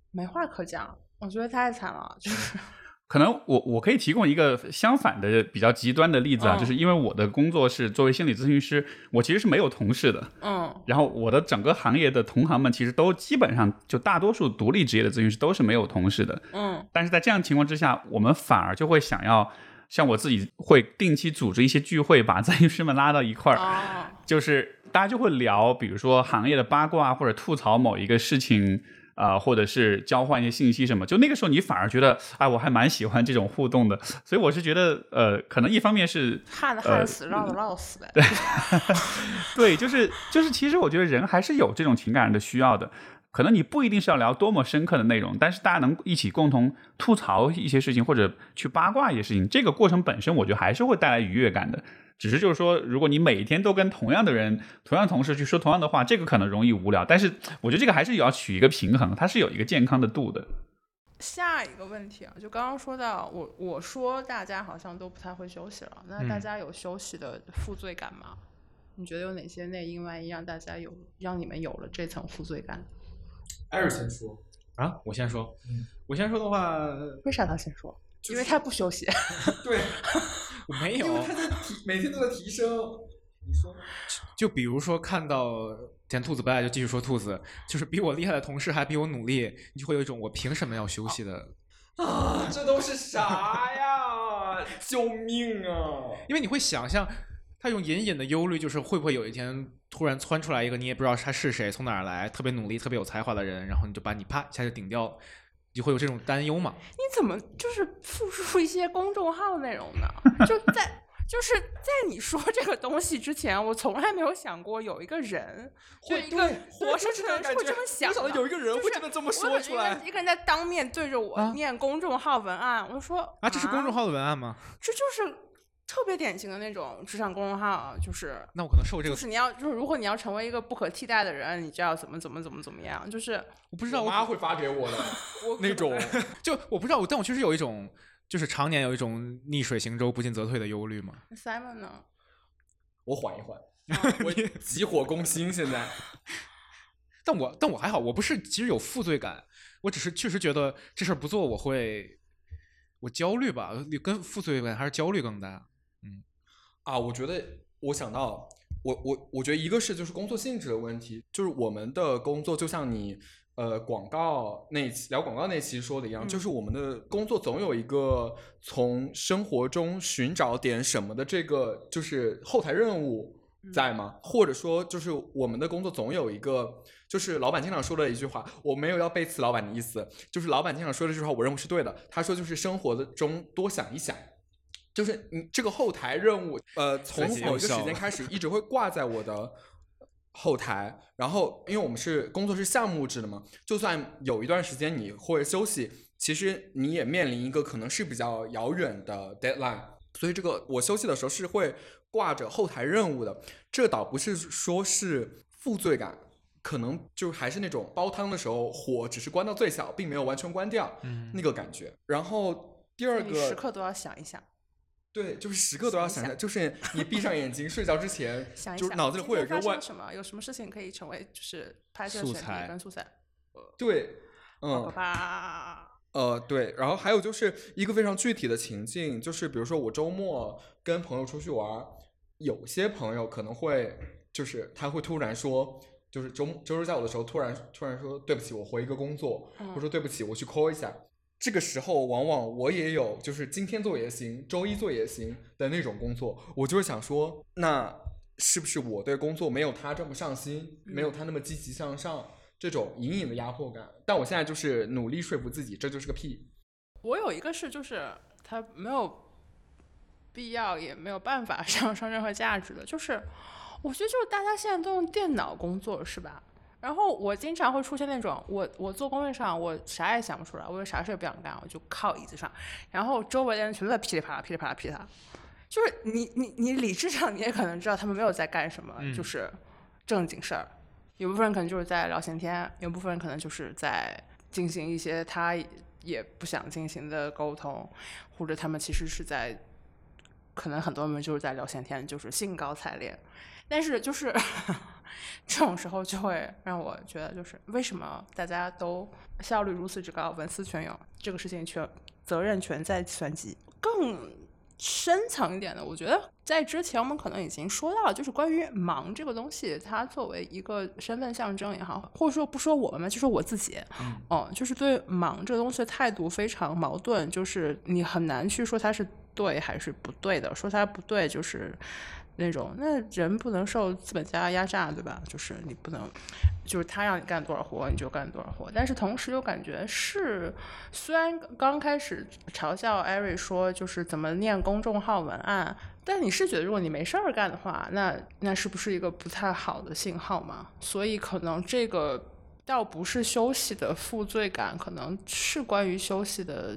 没话可讲，我觉得太惨了，就是可能我可以提供一个相反的比较极端的例子啊，就是因为我的工作是作为心理咨询师，我其实是没有同事的，然后我的整个行业的同行们其实都基本上就大多数独立职业的咨询师都是没有同事的，但是在这样的情况之下，我们反而就会想要像我自己会定期组织一些聚会，把咨询师们拉到一块儿，就是大家就会聊，比如说行业的八卦或者吐槽某一个事情。或者是交换一些信息什么，就那个时候你反而觉得，哎，我还蛮喜欢这种互动的，所以我是觉得，可能一方面是旱的旱死，涝的涝死呗。 对，就是其实我觉得人还是有这种情感的需要的，可能你不一定是要聊多么深刻的内容，但是大家能一起共同吐槽一些事情，或者去八卦一些事情，这个过程本身我觉得还是会带来愉悦感的。只是就是说，如果你每一天都跟同样的人、同样同事去说同样的话，这个可能容易无聊。但是我觉得这个还是要取一个平衡，它是有一个健康的度的。 下一个问题啊，就刚刚说到我说大家好像都不太会休息了，那大家有休息的负罪感吗？你觉得有哪些内因外因让你们有了这层负罪感？ 艾尔先说啊，我先说。我先说的话， 为啥他先说？因为他不休息。 对， 我没有， 因为他在每天都在提升。你说， 就比如说看到捡兔子不爱就继续说兔子，就是比我厉害的同事还比我努力，你就会有一种我凭什么要休息的啊，这都是啥呀？救命啊！ 因为你会想象他用隐隐的忧虑，就是会不会有一天突然窜出来一个你也不知道他是谁，从哪儿来，特别努力特别有才华的人，然后你就把你啪一下就顶掉，你就会有这种担忧嘛。 你怎么就是复述一些公众号内容呢？就是在你说这个东西之前，我从来没有想过有一个人，就一个活生生的人会这么想的。 我想到有一个人会真的这么说出来。 一个人在当面对着我念公众号文案，我就说啊，这是公众号的文案吗？ 这就是特别典型的那种职场公众号，就是那我可能受这个， 就是如果你要成为一个不可替代的人，你就要怎么样，就是我不知道， 我妈会发给我的那种， 就我不知道，但我确实有一种。就是常年有一种逆水行舟不进则退的忧虑嘛。 Simon 呢？ 我缓一缓，我急火攻心现在。 但我还好，我不是其实有负罪感，我只是确实觉得这事儿不做我焦虑吧，跟负罪感还是焦虑更大。 我觉得我想到我觉得一个是就是工作性质的问题，就是我们的工作就像你。广告那聊广告那期说的一样，就是我们的工作总有一个从生活中寻找点什么的这个就是后台任务在吗？或者说就是我们的工作总有一个，就是老板经常说的一句话，我没有要背刺老板的意思，就是老板经常说的这句话，我认为是对的。他说就是生活中多想一想。就是你这个后台任务，从某一个时间开始一直会挂在我的后台，然后因为我们工作是项目制的嘛，就算有一段时间你会休息，其实你也面临一个可能是比较遥远的 deadline， 所以这个我休息的时候是会挂着后台任务的。这倒不是说是负罪感，可能就还是那种煲汤的时候火只是关到最小，并没有完全关掉，那个感觉。然后第二个， 时刻都要想一想。 对，就是时刻都要想想，就是你闭上眼睛睡觉之前， 想一想就是脑子里会有一个有什么事情可以成为就是拍摄素材跟素材。 对， 好可怕。 对，然后还有就是一个非常具体的情境，就是比如说我周末跟朋友出去玩，有些朋友可能会就是他会突然说，就是周日下午的时候突然说对不起，我回一个工作，我说对不起，我去 call 一下。这个时候往往我也有就是今天做也行，周一做也行的那种工作，我就会想说，那是不是我对工作没有他这么上心，没有他那么积极向上，这种隐隐的压迫感。但我现在就是努力说服自己，这就是个屁。 我有一个是就是他没有必要也没有办法上任何价值的，就是我觉得就是大家现在都用电脑工作是吧？然后我经常会出现那种我坐工位上我啥也想不出来，我有啥事也不想干，我就靠椅子上，然后周围的人全都在噼里啪啦噼里啪啦噼里啪啦，就是你理智上你也可能知道他们没有在干什么，就是正经事儿，有部分人可能就是在聊闲天，有部分人可能就是在进行一些他也不想进行的沟通，或者他们其实是在可能很多人就是在聊闲天，就是兴高采烈，但是就是这种时候就会让我觉得，就是为什么大家都效率如此之高，文思泉涌，这个事情责任全在计算机。更深层一点的，我觉得在之前我们可能已经说到了，就是关于忙这个东西，它作为一个身份象征也好，或者说不说我们，就说我自己，就是对忙这个东西的态度非常矛盾，就是你很难去说它是对还是不对的，说它不对就是那种，那人不能受资本家压榨，对吧？就是你不能，就是他让你干多少活你就干多少活，但是同时又感觉是，虽然刚开始嘲笑艾瑞说就是怎么念公众号文案，但你是觉得如果你没事儿干的话，那是不是一个不太好的信号嘛？所以可能这个倒不是休息的负罪感，可能是关于休息的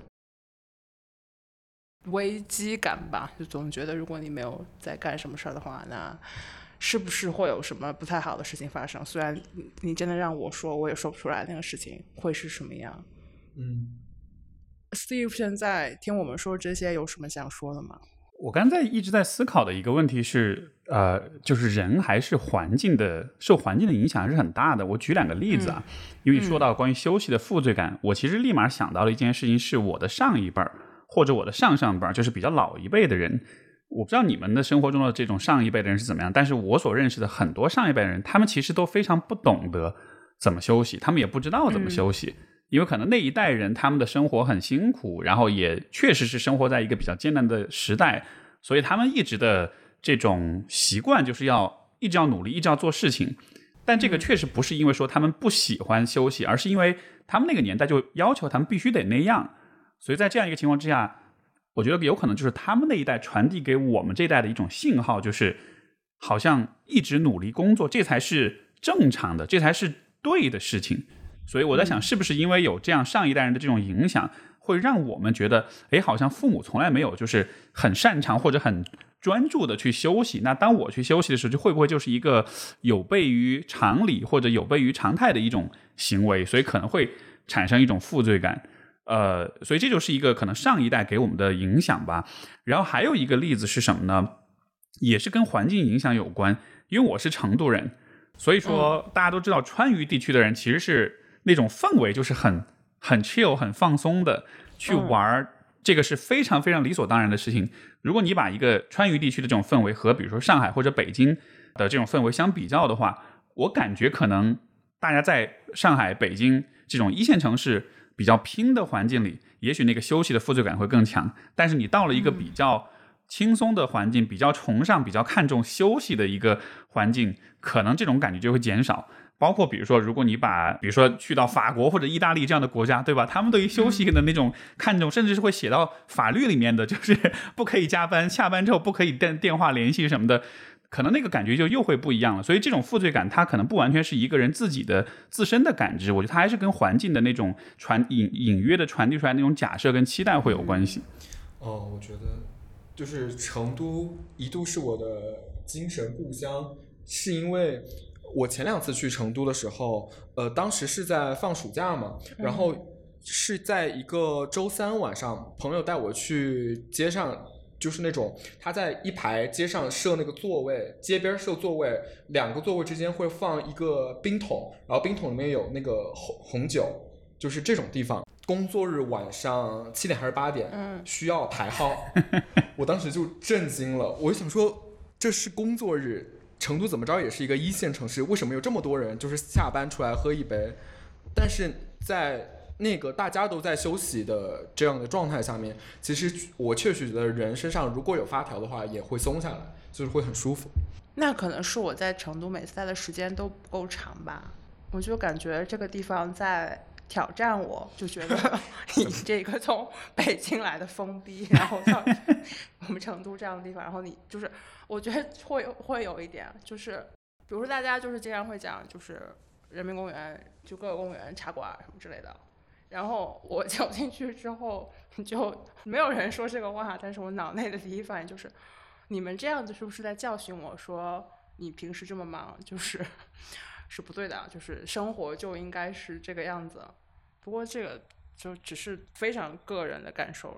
危机感吧，就总觉得如果你没有在干什么事儿的话，那是不是会有什么不太好的事情发生？虽然你真的让我说，我也说不出来那个事情会是什么样。Steve 现在听我们说这些有什么想说的吗？ 我刚才一直在思考的一个问题是，就是人还是环境的受环境的影响还是很大的。我举2个例子啊，因为说到关于休息的负罪感，我其实立马想到了一件事情，是我的上一辈儿或者我的上上辈儿，就是比较老一辈的人。我不知道你们的生活中的这种上一辈的人是怎么样，但是我所认识的很多上一辈的人，他们其实都非常不懂得怎么休息，他们也不知道怎么休息。因为可能那一代人他们的生活很辛苦，然后也确实是生活在一个比较艰难的时代，所以他们一直的这种习惯就是一直要努力，一直要做事情。但这个确实不是因为说他们不喜欢休息，而是因为他们那个年代就要求他们必须得那样。所以在这样一个情况之下，我觉得有可能就是他们那一代传递给我们这一代的一种信号，就是好像一直努力工作，这才是正常的，这才是对的事情。所以我在想，是不是因为有这样上一代人的这种影响，会让我们觉得，好像父母从来没有就是很擅长或者很专注的去休息。那当我去休息的时候，就会不会就是一个有悖于常理或者有悖于常态的一种行为，所以可能会产生一种负罪感。所以这就是一个可能上一代给我们的影响吧。然后还有一个例子是什么呢？也是跟环境影响有关，因为我是成都人，所以说大家都知道川渝地区的人其实是那种氛围就是很 chill 很放松的去玩，这个是非常非常理所当然的事情。如果你把一个川渝地区的这种氛围和比如说上海或者北京的这种氛围相比较的话，我感觉可能大家在上海北京这种一线城市比较拼的环境里，也许那个休息的负罪感会更强，但是你到了一个比较轻松的环境，比较崇尚比较看重休息的一个环境，可能这种感觉就会减少。包括比如说如果你比如说去到法国或者意大利这样的国家，对吧，他们对于休息的那种看重，甚至是会写到法律里面的，就是不可以加班，下班之后不可以电话联系什么的，可能那个感觉就又会不一样了。所以这种负罪感它可能不完全是一个人自己的自身的感知，我觉得它还是跟环境的那种隐约的传递出来那种假设跟期待会有关系。 我觉得就是成都一度是我的精神故乡，是因为我前2次去成都的时候，当时是在放暑假嘛，然后是在一个周3晚上，朋友带我去街上，就是那种他在一排街上设那个座位，街边设座位，2个座位之间会放一个冰桶，然后冰桶里面有那个红酒，就是这种地方。工作日晚上7点还是8点，需要排号，我当时就震惊了，我就想说这是工作日。成都怎么着也是一个1线城市，为什么有这么多人就是下班出来喝一杯？但是在那个大家都在休息的这样的状态下面，其实我确实觉得人身上如果有发条的话也会松下来，就是会很舒服。 那可能是我在成都每次待的时间都不够长吧，我就感觉这个地方在挑战我，就觉得你这个从北京来的封闭，然后到我们成都这样的地方，然后你就是我觉得会有一点，就是比如说大家就是经常会讲就是人民公园就各个公园茶馆什么之类的，然后我走进去之后就没有人说这个话，但是我脑内的第一反应就是你们这样子是不是在教训我说你平时这么忙是不对的，就是生活就应该是这个样子。不过这个就只是非常个人的感受了。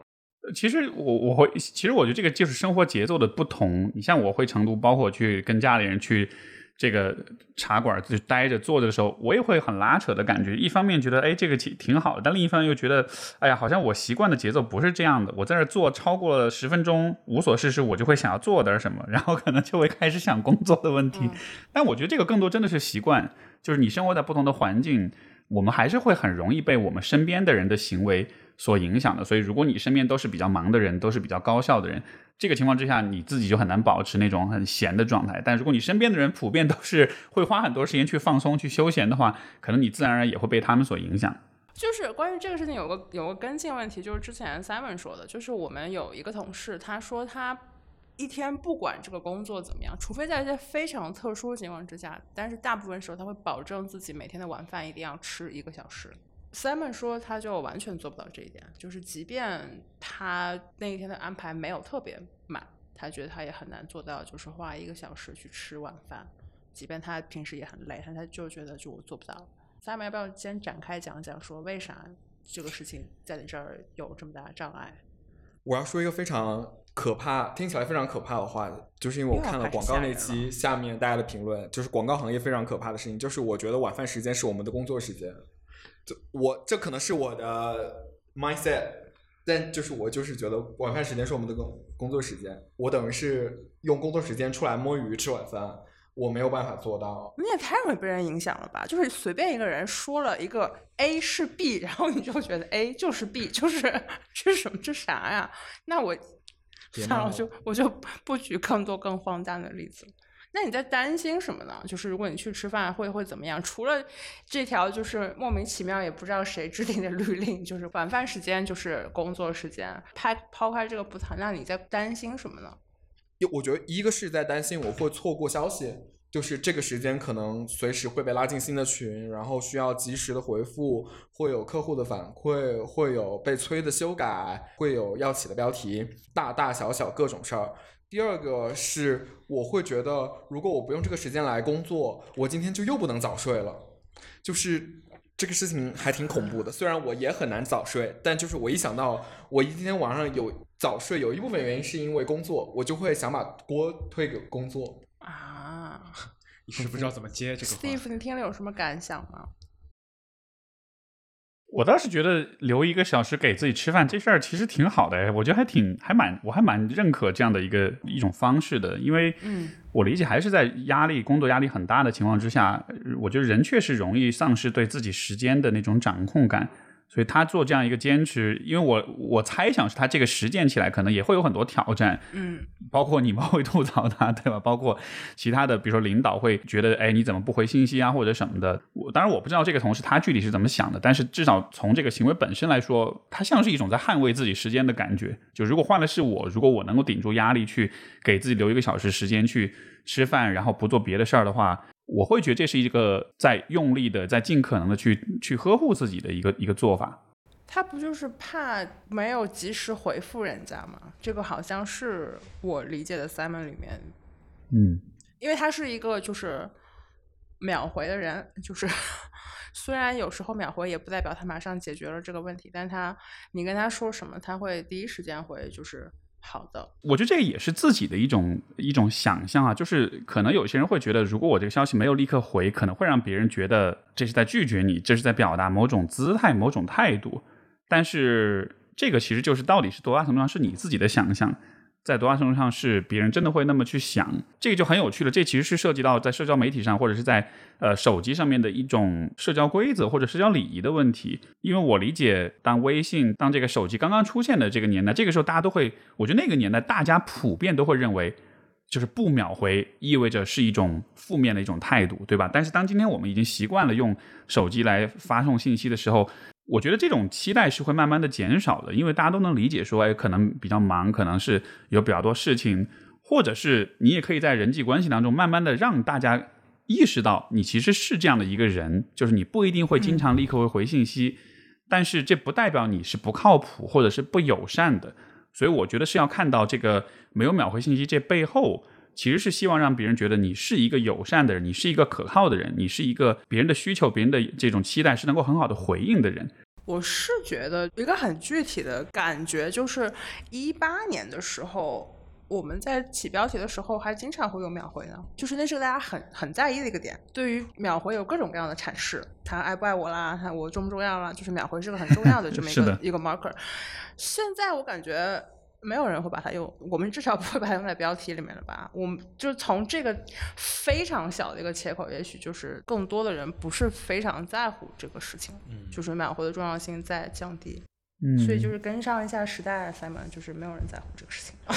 其实我觉得这个就是生活节奏的不同。你像我回成都，包括去跟家里人去这个茶馆就待着坐着的时候，我也会很拉扯的感觉。一方面觉得这个挺好的，但另一方面又觉得哎呀，好像我习惯的节奏不是这样的。我在这坐超过了10分钟无所事事，我就会想要做点什么，然后可能就会开始想工作的问题。但我觉得这个更多真的是习惯，就是你生活在不同的环境，我们还是会很容易被我们身边的人的行为所影响的。所以如果你身边都是比较忙的人，都是比较高效的人，这个情况之下你自己就很难保持那种很闲的状态。但如果你身边的人普遍都是会花很多时间去放松去休闲的话，可能你自然而然也会被他们所影响。 就是关于这个事情有个跟进问题，就是之前 Simon 说的，就是我们有一个同事，他说他一天不管这个工作怎么样，除非在一些非常特殊的情况之下，但是大部分时候他会保证自己每天的晚饭一定要吃1个小时。Simon 说他就完全做不到这一点，就是即便他那一天的安排没有特别满，他觉得他也很难做到就是花1个小时去吃晚饭，即便他平时也很累，但他就觉得就我做不到。Simon 要不要先展开讲讲说为啥这个事情在你这儿有这么大的障碍？ 我要说一个非常可怕，听起来非常可怕的话，就是因为我看了广告那期下面大家的评论，就是广告行业非常可怕的事情，就是我觉得晚饭时间是我们的工作时间。这可能是我的 mindset， 但就是我就是觉得晚饭时间是我们的工作时间，我等于是用工作时间出来摸鱼吃晚饭，我没有办法做到。 你也太容易被人影响了吧？就是随便一个人说了一个 A 是 B， 然后你就觉得 A 就是 B， 就是这什么这啥呀？那我算了，我就不举更多更荒诞的例子。那你在担心什么呢？就是如果你去吃饭会怎么样？除了这条就是莫名其妙也不知道谁制定的律令，就是晚饭时间就是工作时间，抛开这个不谈，那你在担心什么呢？ 我觉得一个是在担心我会错过消息，就是这个时间可能随时会被拉进新的群，然后需要及时的回复，会有客户的反馈，会有被催的修改，会有要起的标题，大大小小各种事儿。第二个是我会觉得如果我不用这个时间来工作，我今天就又不能早睡了，就是这个事情还挺恐怖的。虽然我也很难早睡，但就是我一想到我一天晚上有早睡，有一部分原因是因为工作，我就会想把锅推给工作啊。 你是不知道怎么接这个话。 Steve 你听了有什么感想吗？ 我倒是觉得留1个小时给自己吃饭这事儿其实挺好的，我觉得我还蛮认可这样的一种方式的。因为我理解还是在工作压力很大的情况之下，我觉得人确实容易丧失对自己时间的那种掌控感，所以他做这样一个坚持，因为我猜想是他这个实践起来可能也会有很多挑战，包括你们会吐槽他，对吧？包括其他的比如说领导会觉得你怎么不回信息啊或者什么的。当然我不知道这个同事他具体是怎么想的，但是至少从这个行为本身来说，他像是一种在捍卫自己时间的感觉。就如果换了是我，如果我能够顶住压力去给自己留1个小时时间去吃饭，然后不做别的事儿的话，我会觉得这是一个在用力的在尽可能的去呵护自己的一个做法。 他不就是怕没有及时回复人家吗？这个好像是我理解的 Simon 里面，因为他是一个就是秒回的人，就是虽然有时候秒回也不代表他马上解决了这个问题，但你跟他说什么他会第一时间回，就是好的。 我觉得这个也是自己的一种想象啊，就是可能有些人会觉得如果我这个消息没有立刻回，可能会让别人觉得这是在拒绝你，这是在表达某种姿态某种态度，但是这个其实就是到底是多大程度上是你自己的想象，在多大程度上是别人真的会那么去想，这个就很有趣了。这其实是涉及到在社交媒体上或者是在手机上面的一种社交规则或者社交礼仪的问题。因为我理解当微信当这个手机刚刚出现的这个年代，这个时候大家都会，我觉得那个年代大家普遍都会认为就是不秒回意味着是一种负面的一种态度，对吧？但是当今天我们已经习惯了用手机来发送信息的时候，我觉得这种期待是会慢慢的减少的，因为大家都能理解说可能比较忙，可能是有比较多事情，或者是你也可以在人际关系当中慢慢的让大家意识到你其实是这样的一个人，就是你不一定会经常立刻会回信息，但是这不代表你是不靠谱或者是不友善的。所以我觉得是要看到这个没有秒回信息这背后其实是希望让别人觉得你是一个友善的人，你是一个可靠的人，你是一个别人的需求别人的这种期待是能够很好的回应的人。 我是觉得一个很具体的感觉，就是18年的时候，我们在起标题的时候还经常会用秒回呢，就是那是个大家很在意的一个点。对于秒回有各种各样的阐释，他爱不爱我啦，他我重不重要啦，就是秒回是个很重要的这么一个 marker。现在我感觉没有人会把它用，我们至少不会把它用在标题里面了吧？我们就从这个非常小的一个切口，也许就是更多的人不是非常在乎这个事情，就是秒回的重要性在降低。所以就是跟上一下时代 Simon， 就是没有人在乎这个事情。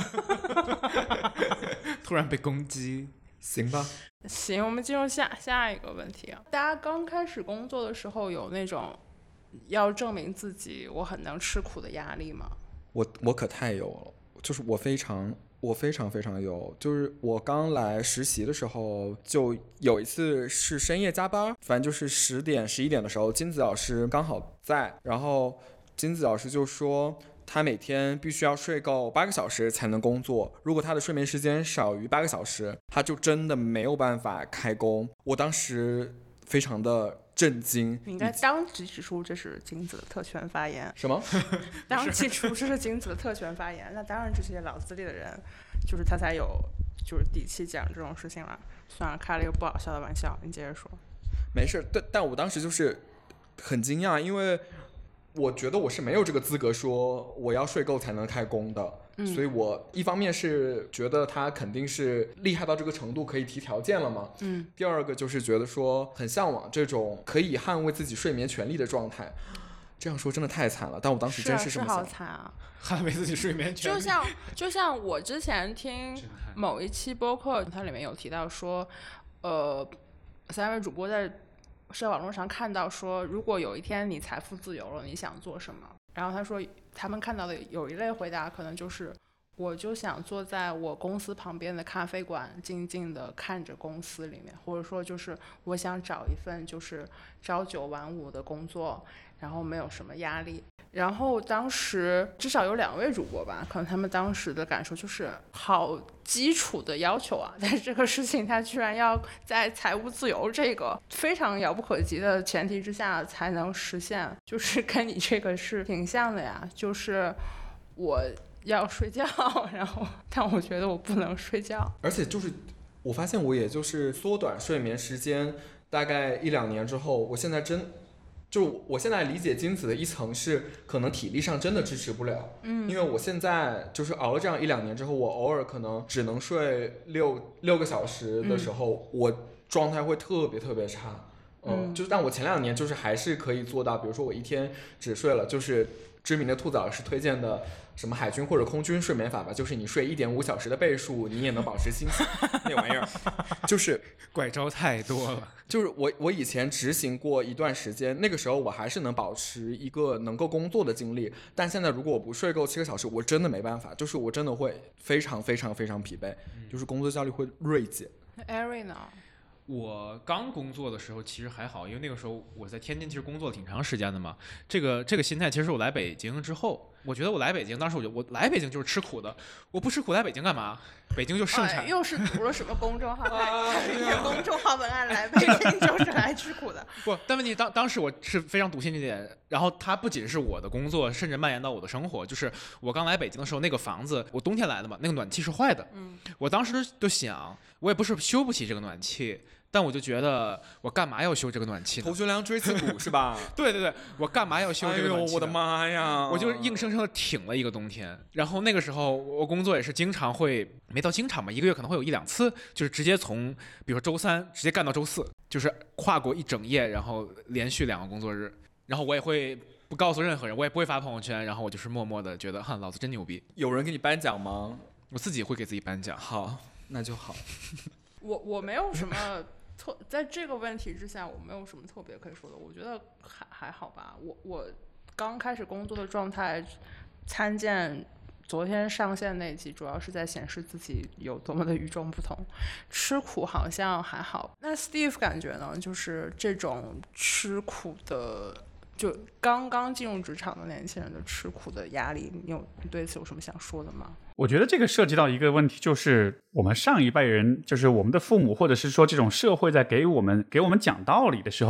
突然被攻击， 行吧。 行，我们进入下一个问题啊。大家刚开始工作的时候有那种要证明自己我很能吃苦的压力吗？ 我可太有了，就是我非常有，就是我刚来实习的时候，就有一次是深夜加班，反正就是10点11点的时候，金子老师刚好在，然后金子老师就说他每天必须要睡够8个小时才能工作，如果他的睡眠时间少于8个小时，他就真的没有办法开工。我当时非常的震惊。 你应该当即指出这是金子的特权发言。 什么？ 当即指出这是金子的特权发言，那当然这些老资历的人，就是他才有就是底气讲这种事情了。算了，开了一个不好笑的玩笑，你接着说。 没事，但我当时就是很惊讶，因为我觉得我是没有这个资格说我要睡够才能开工的。所以我一方面是觉得他肯定是厉害到这个程度可以提条件了嘛，第二个就是觉得说很向往这种可以捍卫自己睡眠权利的状态。这样说真的太惨了，但我当时真是这么想。 是好惨啊！ 捍卫自己睡眠权利。 就像我之前听某一期播客，它里面有提到说3位主播在社交网络上看到说，如果有一天你财富自由了，你想做什么？然后他说他们看到的有一类回答可能就是我就想坐在我公司旁边的咖啡馆静静地看着公司里面，或者说就是我想找一份就是朝9晚5的工作，然后没有什么压力。然后当时至少有2位主播吧，可能他们当时的感受就是好基础的要求啊，但是这个事情他居然要在财务自由这个非常遥不可及的前提之下才能实现，就是跟你这个是挺像的呀，就是我要睡觉，然后但我觉得我不能睡觉， 而且就是我发现我也就是缩短睡眠时间大概1-2年之后，我现在就我现在理解金子的一层是可能体力上真的支持不了，因为我现在就是熬了这样1-2年之后，我偶尔可能只能睡6个小时的时候，我状态会特别特别差，就是但我前2年就是还是可以做到，比如说我一天只睡了就是知名的兔子老师推荐的什么海军或者空军睡眠法吧，就是你睡1.5小时的倍数，你也能保持清醒。那玩意儿就是怪招太多了。 就是我以前执行过一段时间，那个时候我还是能保持一个能够工作的精力，但现在如果我不睡够7个小时，我真的没办法，就是我真的会非常非常非常疲惫，就是工作效率会锐减。 那 Ari 呢？ 我刚工作的时候其实还好，因为那个时候我在天津其实工作了挺长时间的嘛。这个心态其实我来北京之后，我觉得我来北京，当时我来北京就是吃苦的，我不吃苦来北京干嘛？北京就盛产。 又是读了什么公众号？公众号文案来北京就是来吃苦的。 不，但问题当时我是非常笃信这点，然后它不仅是我的工作，甚至蔓延到我的生活。就是我刚来北京的时候，那个房子我冬天来的嘛，那个暖气是坏的。我当时就想，我也不是修不起这个暖气。但我就觉得，我干嘛要修这个暖气呢？ 头悬梁锥刺股是吧？ 对对对，我干嘛要修这个暖气？ 我的妈呀！ 我就硬生生的挺了一个冬天。然后那个时候我工作也是经常会，没到经常吧，1个月可能会有1-2次，就是直接从比如说周3直接干到周4，就是跨过一整夜，然后连续2个工作日。然后我也会不告诉任何人，我也不会发朋友圈，然后我就是默默的觉得，老子真牛逼。 有人给你颁奖吗？ 我自己会给自己颁奖。 好，那就好。 我没有什么在这个问题之下，我没有什么特别可以说的。我觉得还好吧。我刚开始工作的状态，参见昨天上线那集，主要是在显示自己有多么的与众不同。吃苦好像还好。那 Steve 感觉呢？就是这种吃苦的，就刚刚进入职场的年轻人的吃苦的压力，你对此有什么想说的吗？ 我觉得这个涉及到一个问题，就是我们上一辈人，就是我们的父母，或者是说这种社会在给我们讲道理的时候，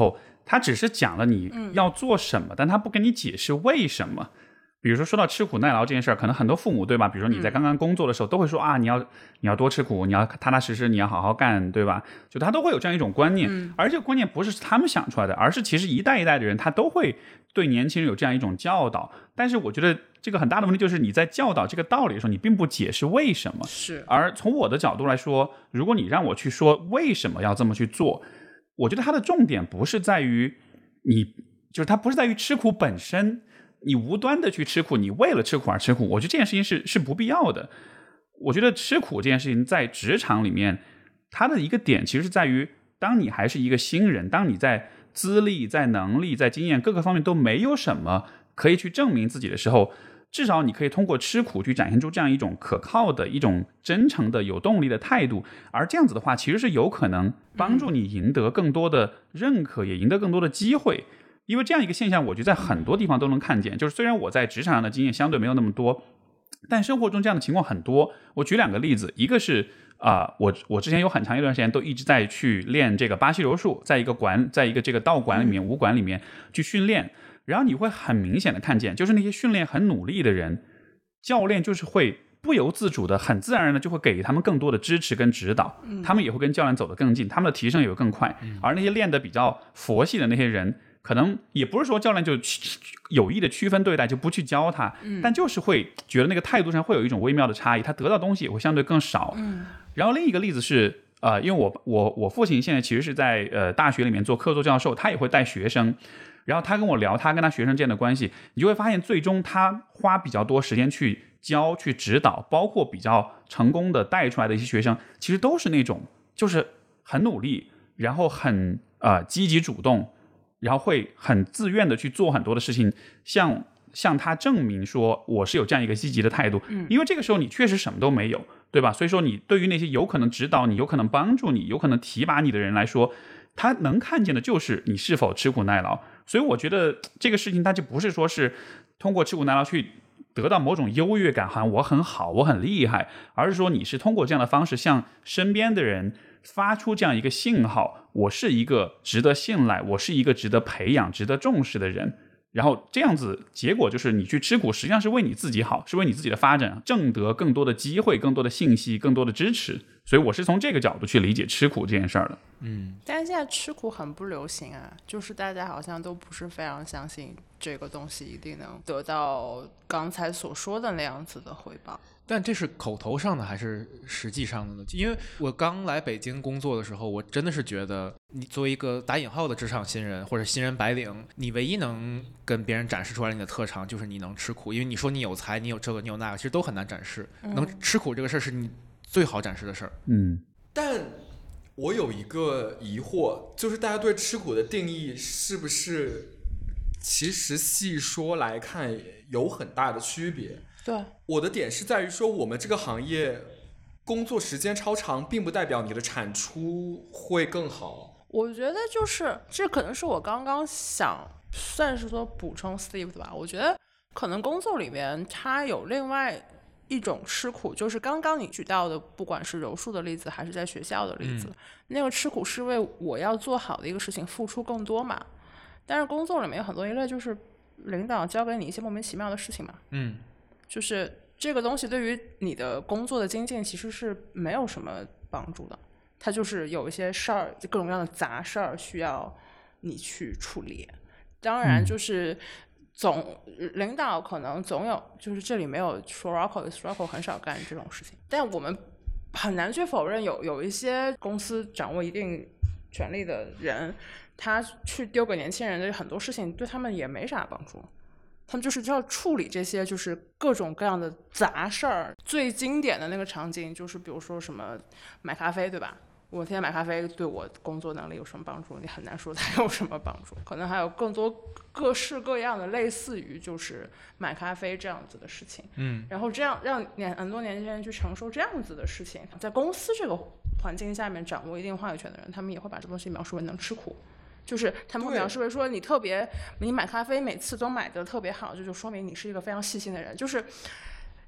他只是讲了你要做什么，但他不跟你解释为什么。比如说到吃苦耐劳这件事儿，可能很多父母对吧？比如说你在刚刚工作的时候，都会说啊，你要多吃苦，你要踏踏实实，你要好好干，对吧？就他都会有这样一种观念，而这个观念不是他们想出来的，而是其实一代一代的人他都会对年轻人有这样一种教导。但是我觉得这个很大的问题就是你在教导这个道理的时候，你并不解释为什么。 是。而从我的角度来说，如果你让我去说为什么要这么去做，我觉得它的重点不是在于就是它不是在于吃苦本身。你无端的去吃苦，你为了吃苦而吃苦，我觉得这件事情是不必要的。我觉得吃苦这件事情在职场里面，它的一个点其实是在于，当你还是一个新人，当你在资历、在能力、在经验各个方面都没有什么可以去证明自己的时候，至少你可以通过吃苦去展现出这样一种可靠的、一种真诚的、有动力的态度。而这样子的话，其实是有可能帮助你赢得更多的认可，也赢得更多的机会。因为这样一个现象，我觉得在很多地方都能看见。就是虽然我在职场上的经验相对没有那么多，但生活中这样的情况很多。我举2个例子，一个是我之前有很长一段时间都一直在去练这个巴西柔术，在一个这个道馆里面、武馆里面去训练。然后你会很明显的看见，就是那些训练很努力的人，教练就是会不由自主的、很自然而然的就会给他们更多的支持跟指导，他们也会跟教练走得更近，他们的提升也会更快。而那些练得比较佛系的那些人，可能也不是说教练就有意的区分对待，就不去教他，但就是会觉得那个态度上会有一种微妙的差异，他得到东西也会相对更少。然后另一个例子是因为我父亲现在其实是在大学里面做客座教授，他也会带学生，然后他跟我聊他跟他学生之间的关系，你就会发现最终他花比较多时间去教去指导，包括比较成功的带出来的一些学生，其实都是那种就是很努力，然后很积极主动，然后会很自愿的去做很多的事情，向他证明说我是有这样一个积极的态度。因为这个时候你确实什么都没有，对吧？所以说你对于那些有可能指导你、有可能帮助你、有可能提拔你的人来说，他能看见的就是你是否吃苦耐劳。所以我觉得这个事情它就不是说是通过吃苦耐劳去得到某种优越感，好像我很好，我很厉害，而是说你是通过这样的方式向身边的人发出这样一个信号，我是一个值得信赖，我是一个值得培养、值得重视的人。然后这样子结果就是你去吃苦，实际上是为你自己好，是为你自己的发展挣得更多的机会、更多的信息、更多的支持。所以我是从这个角度去理解吃苦这件事儿的。 但是现在吃苦很不流行啊，就是大家好像都不是非常相信这个东西一定能得到刚才所说的那样子的回报。 但这是口头上的还是实际上的呢？因为我刚来北京工作的时候，我真的是觉得你作为一个打引号的职场新人或者新人白领，你唯一能跟别人展示出来你的特长就是你能吃苦。因为你说你有才，你有这个你有那个，其实都很难展示。能吃苦这个事儿是你最好展示的事儿。 但我有一个疑惑，就是大家对吃苦的定义是不是其实细说来看有很大的区别？ 对， 我的点是在于说，我们这个行业工作时间超长，并不代表你的产出会更好。 我觉得就是这可能是我刚刚想算是说补充 Steve 的吧。我觉得可能工作里面它有另外一种吃苦，就是刚刚你举到的，不管是柔术的例子还是在学校的例子，那个吃苦是为我要做好的一个事情付出更多嘛。但是工作里面有很多一类就是领导交给你一些莫名其妙的事情嘛，就是这个东西对于你的工作的精进其实是没有什么帮助的，它就是有一些事儿，各种各样的杂事儿需要你去处理。当然就是领导可能总有，就是这里没有说 Rocco 很少干这种事情，但我们很难去否认有一些公司掌握一定权力的人，他去丢给年轻人的很多事情对他们也没啥帮助，他们就是要处理这些就是各种各样的杂事儿。最经典的那个场景就是比如说什么买咖啡，对吧？我天天买咖啡对我工作能力有什么帮助？你很难说它有什么帮助。可能还有更多各式各样的类似于就是买咖啡这样子的事情，然后这样让很多年轻人去承受这样子的事情，在公司这个环境下面掌握一定话语权的人，他们也会把这东西描述为能吃苦，就是他们会描述为说你买咖啡每次都买的特别好，这就说明你是一个非常细心的人，就是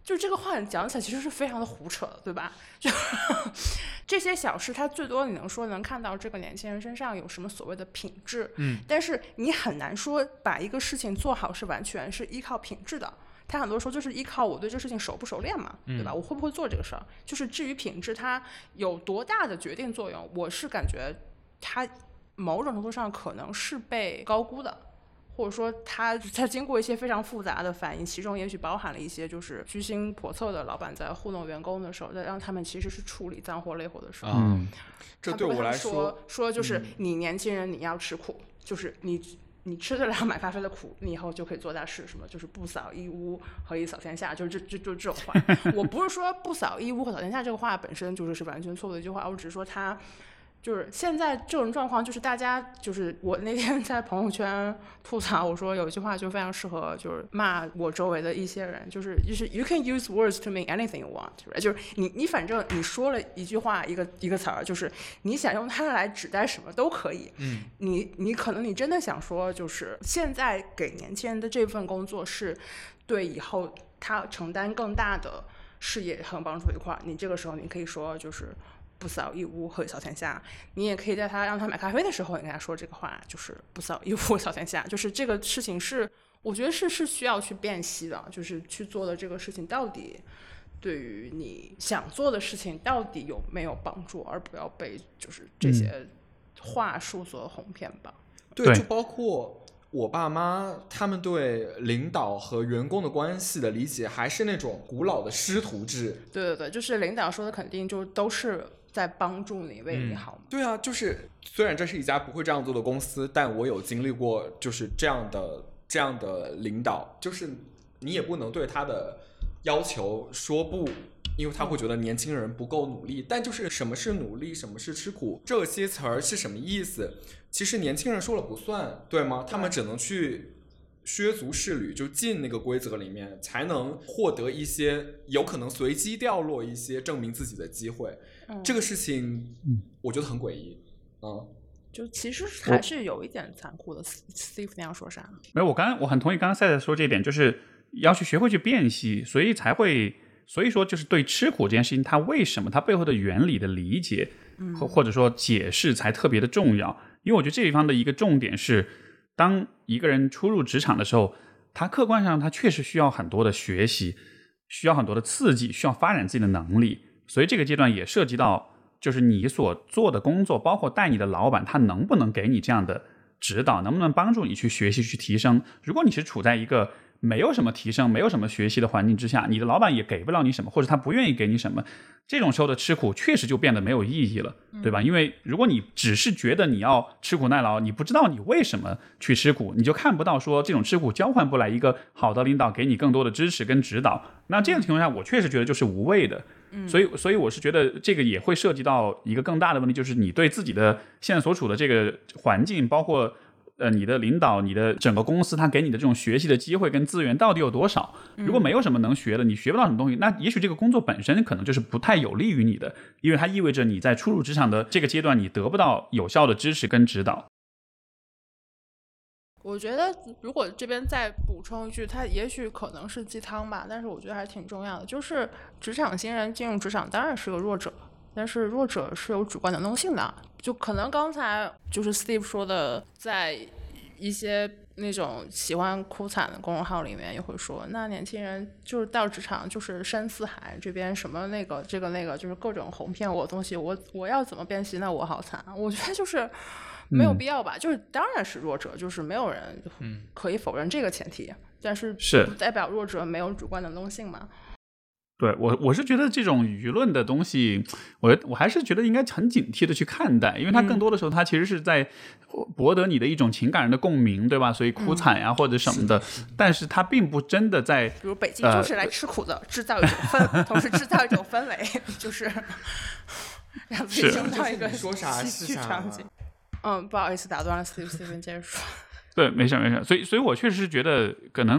就这个话你讲起来其实是非常的胡扯的，对吧？就这些小事，它最多你能说能看到这个年轻人身上有什么所谓的品质，但是你很难说把一个事情做好是完全是依靠品质的。他很多时候就是依靠我对这事情熟不熟练嘛，对吧？我会不会做这个事儿？就是至于品质它有多大的决定作用，我是感觉它某种程度上可能是被高估的。或者说他经过一些非常复杂的反应，其中也许包含了一些就是居心叵测的老板在糊弄员工的时候，让他们其实是处理脏活累活的时候。 这对我来说就是你年轻人你要吃苦，就是你吃得了买咖啡的苦，你以后就可以做大事，什么就是不扫一屋何以扫天下，就是这种话。我不是说不扫一屋和扫天下这个话本身就是完全错误的一句话，我只是说它就是现在这种状况，就是大家就是我那天在朋友圈吐槽，我说有一句话就非常适合就是骂我周围的一些人，就是 you can use words to mean anything you want， 就是你反正你说了一句话一个词儿，就是你想用它来指代什么都可以。你可能你真的想说，就是现在给年轻人的这份工作是对以后他承担更大的事业很有帮助的一块，你这个时候你可以说就是不扫一屋何以扫天下，你也可以在他让他买咖啡的时候你跟他说这个话，就是不扫一屋何以扫天下，就是这个事情是我觉得是需要去辨析的，就是去做的这个事情到底对于你想做的事情到底有没有帮助，而不要被就是这些话术所哄骗吧。 对，就包括我爸妈他们对领导和员工的关系的理解还是那种古老的师徒制。 对，就是领导说的肯定就都是在帮助你为你好。 对啊，就是虽然这是一家不会这样做的公司，但我有经历过就是这样的领导，就是你也不能对他的要求说不，因为他会觉得年轻人不够努力。但就是什么是努力，什么是吃苦，这些词儿是什么意思，其实年轻人说了不算，对吗？他们只能去削足适履，就进那个规则里面，才能获得一些有可能随机掉落一些证明自己的机会。这个事情我觉得很诡异。 就其实还是有一点残酷的。Steve 那样说啥？ 没有，我很同意刚刚赛赛说这一点，就是要去学会去辨析，所以说就是对吃苦这件事情，它为什么它背后的原理的理解，或者说解释才特别的重要。因为我觉得这地方的一个重点是，当一个人初入职场的时候，他客观上他确实需要很多的学习，需要很多的刺激，需要发展自己的能力。所以这个阶段也涉及到，就是你所做的工作，包括带你的老板，他能不能给你这样的指导，能不能帮助你去学习去提升。如果你是处在一个没有什么提升，没有什么学习的环境之下，你的老板也给不了你什么，或者他不愿意给你什么，这种时候的吃苦确实就变得没有意义了，对吧？因为如果你只是觉得你要吃苦耐劳，你不知道你为什么去吃苦，你就看不到说这种吃苦交换不来一个好的领导给你更多的支持跟指导，那这样的情况下我确实觉得就是无谓的。所以我是觉得这个也会涉及到一个更大的问题，就是你对自己的现在所处的这个环境，包括你的领导，你的整个公司，他给你的这种学习的机会跟资源到底有多少？如果没有什么能学的，你学不到什么东西，那也许这个工作本身可能就是不太有利于你的，因为它意味着你在初入职场的这个阶段，你得不到有效的支持跟指导。 我觉得如果这边再补充一句，它也许可能是鸡汤吧，但是我觉得还挺重要的，就是职场新人进入职场当然是个弱者，但是弱者是有主观能动性的。就可能刚才就是 Steve 说的，在一些那种喜欢哭惨的公众号里面也会说，那年轻人就是到职场就是山四海，这边什么那个这个那个就是各种哄骗我的东西，我要怎么辨析？那我好惨。我觉得就是没有必要吧，就是当然是弱者，就是没有人可以否认这个前提，但是不代表弱者没有主观能动性嘛。 对，我是觉得这种舆论的东西，我还是觉得应该很警惕的去看待，因为它更多的时候它其实是在博得你的一种情感人的共鸣，对吧？所以哭惨呀或者什么的，但是它并不真的在， 比如北京就是来吃苦的，制造一种同时制造一种氛围，就是让自己升到一个戏剧场景。不好意思打断了 Steve 接着说。 对，没事。所以我确实是觉得可能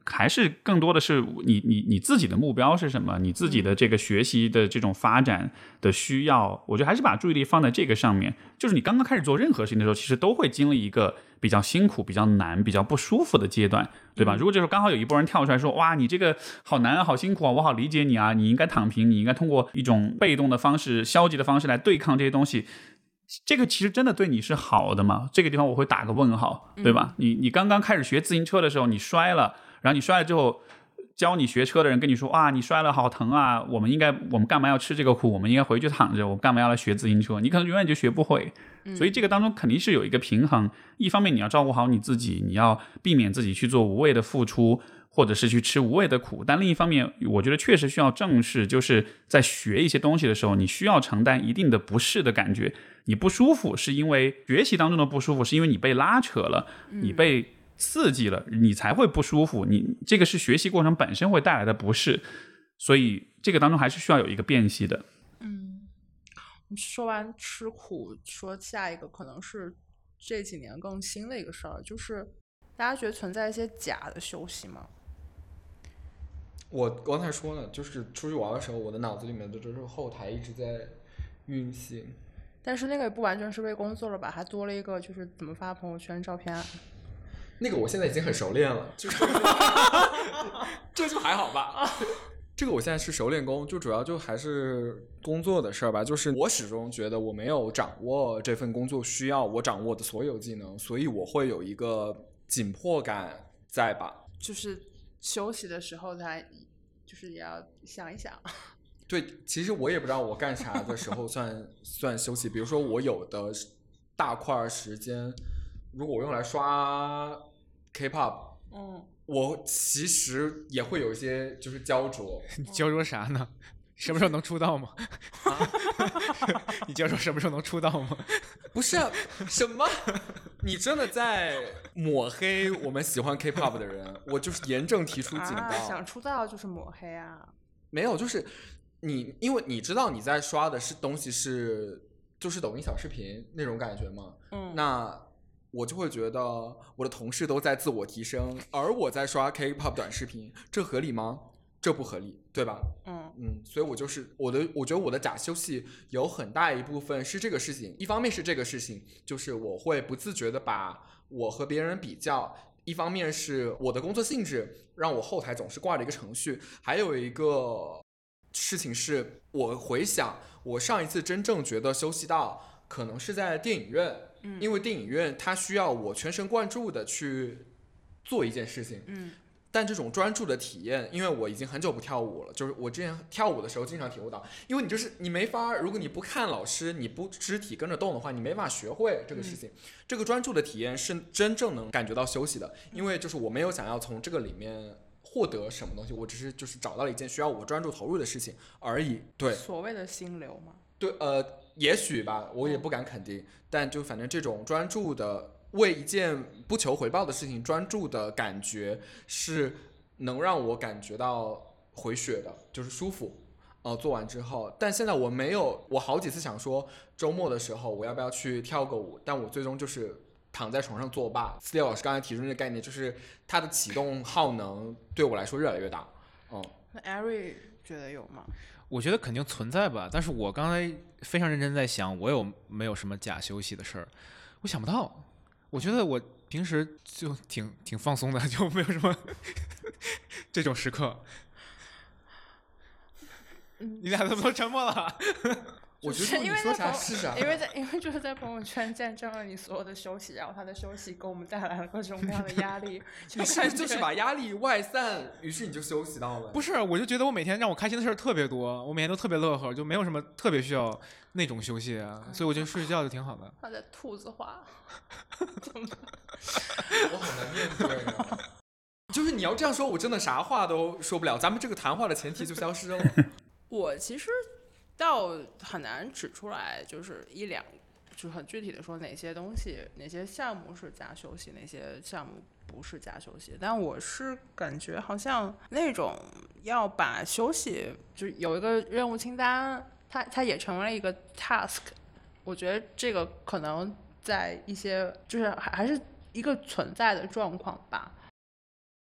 还是更多的是你自己的目标是什么，你自己的这个学习的这种发展的需要，我觉得还是把注意力放在这个上面。就是你刚刚开始做任何事情的时候，其实都会经历一个比较辛苦、比较难、比较不舒服的阶段，对吧？如果这时候刚好有一波人跳出来说，哇，你这个好难啊，好辛苦啊，我好理解你啊，你应该躺平，你应该通过一种被动的方式、消极的方式来对抗这些东西，这个其实真的对你是好的吗？这个地方我会打个问号，对吧？你刚刚开始学自行车的时候，你摔了，然后你摔了之后，教你学车的人跟你说啊，你摔了好疼啊，我们干嘛要吃这个苦？我们应该回去躺着，我干嘛要来学自行车？你可能永远就学不会。所以这个当中肯定是有一个平衡，一方面你要照顾好你自己，你要避免自己去做无谓的付出，或者是去吃无谓的苦，但另一方面我觉得确实需要正视，就是在学一些东西的时候，你需要承担一定的不适的感觉。你不舒服是因为学习当中的不舒服，是因为你被拉扯了，你被刺激了，你才会不舒服，你这个是学习过程本身会带来的不适，所以这个当中还是需要有一个辨析的。 说完吃苦，说下一个可能是这几年更新的一个事儿，就是大家觉得存在一些假的休息吗？ 我刚才说了，就是出去玩的时候，我的脑子里面的就是后台一直在运行。 但是那个也不完全是为工作了吧，还多了一个就是怎么发朋友圈照片。 那个我现在已经很熟练了，就是这就还好吧。这个我现在是熟练工，就主要就还是工作的事儿吧。就是我始终觉得我没有掌握这份工作需要我掌握的所有技能，所以我会有一个紧迫感在吧。 就是休息的时候，他就是也要想一想。 对，其实我也不知道我干啥的时候算休息。比如说我有的大块时间，如果我用来刷 K-pop，我其实也会有一些就是焦灼。 你焦灼啥呢？什么时候能出道吗？你焦灼什么时候能出道吗？ 不是什么？你真的在抹黑我们喜欢 K-pop 的人？我就是严正提出警告。 想出道就是抹黑啊？ 没有，就是你，因为你知道你在刷的是东西就是抖音小视频那种感觉吗？那我就会觉得我的同事都在自我提升，而我在刷 K-pop 短视频，这合理吗？这不合理，对吧？所以我就是我觉得我的假休息有很大一部分是这个事情。一方面是这个事情，就是我会不自觉的把我和别人比较；一方面是我的工作性质让我后台总是挂着一个程序；还有一个事情是我回想我上一次真正觉得休息到，可能是在电影院。因为电影院它需要我全神贯注的去做一件事情，但这种专注的体验，因为我已经很久不跳舞了，就是我之前跳舞的时候经常体会到，因为你没法，如果你不看老师，你不肢体跟着动的话，你没法学会这个事情。这个专注的体验是真正能感觉到休息的，因为就是我没有想要从这个里面获得什么东西，我只是就是找到了一件需要我专注投入的事情而已。对， 所谓的心流吗？ 对，也许吧，我也不敢肯定，但就反正这种专注的为一件不求回报的事情专注的感觉是能让我感觉到回血的，就是舒服。做完之后，但现在我没有，我好几次想说周末的时候我要不要去跳个舞，但我最终就是躺在床上作罢。思烈老师刚才提出那个概念，就是它的启动耗能对我来说越来越大。 那 Ari 觉得有吗？ 我觉得肯定存在吧，但是我刚才非常认真在想，我有没有什么假休息的事儿？我想不到。我觉得我平时就挺放松的，就没有什么这种时刻。你俩怎么都沉默了？ 我觉得你说啥是啥， 因为就是在朋友圈见证了你所有的休息，然后他的休息给我们带来了各种各样的压力。 你是不是就是把压力外散，于是你就休息到了？ 不是，我就觉得我每天让我开心的事儿特别多，我每天都特别乐呵，就没有什么特别需要那种休息啊，所以我觉得睡觉就挺好的。 他在兔子话， 我好难面对啊。就是你要这样说，我真的啥话都说不了，咱们这个谈话的前提就消失了。 我其实倒很难指出来，就是就是很具体的说哪些东西、哪些项目是假休息，哪些项目不是假休息。但我是感觉好像那种要把休息就有一个任务清单，它也成为了一个 task。我觉得这个可能在一些就是还是一个存在的状况吧。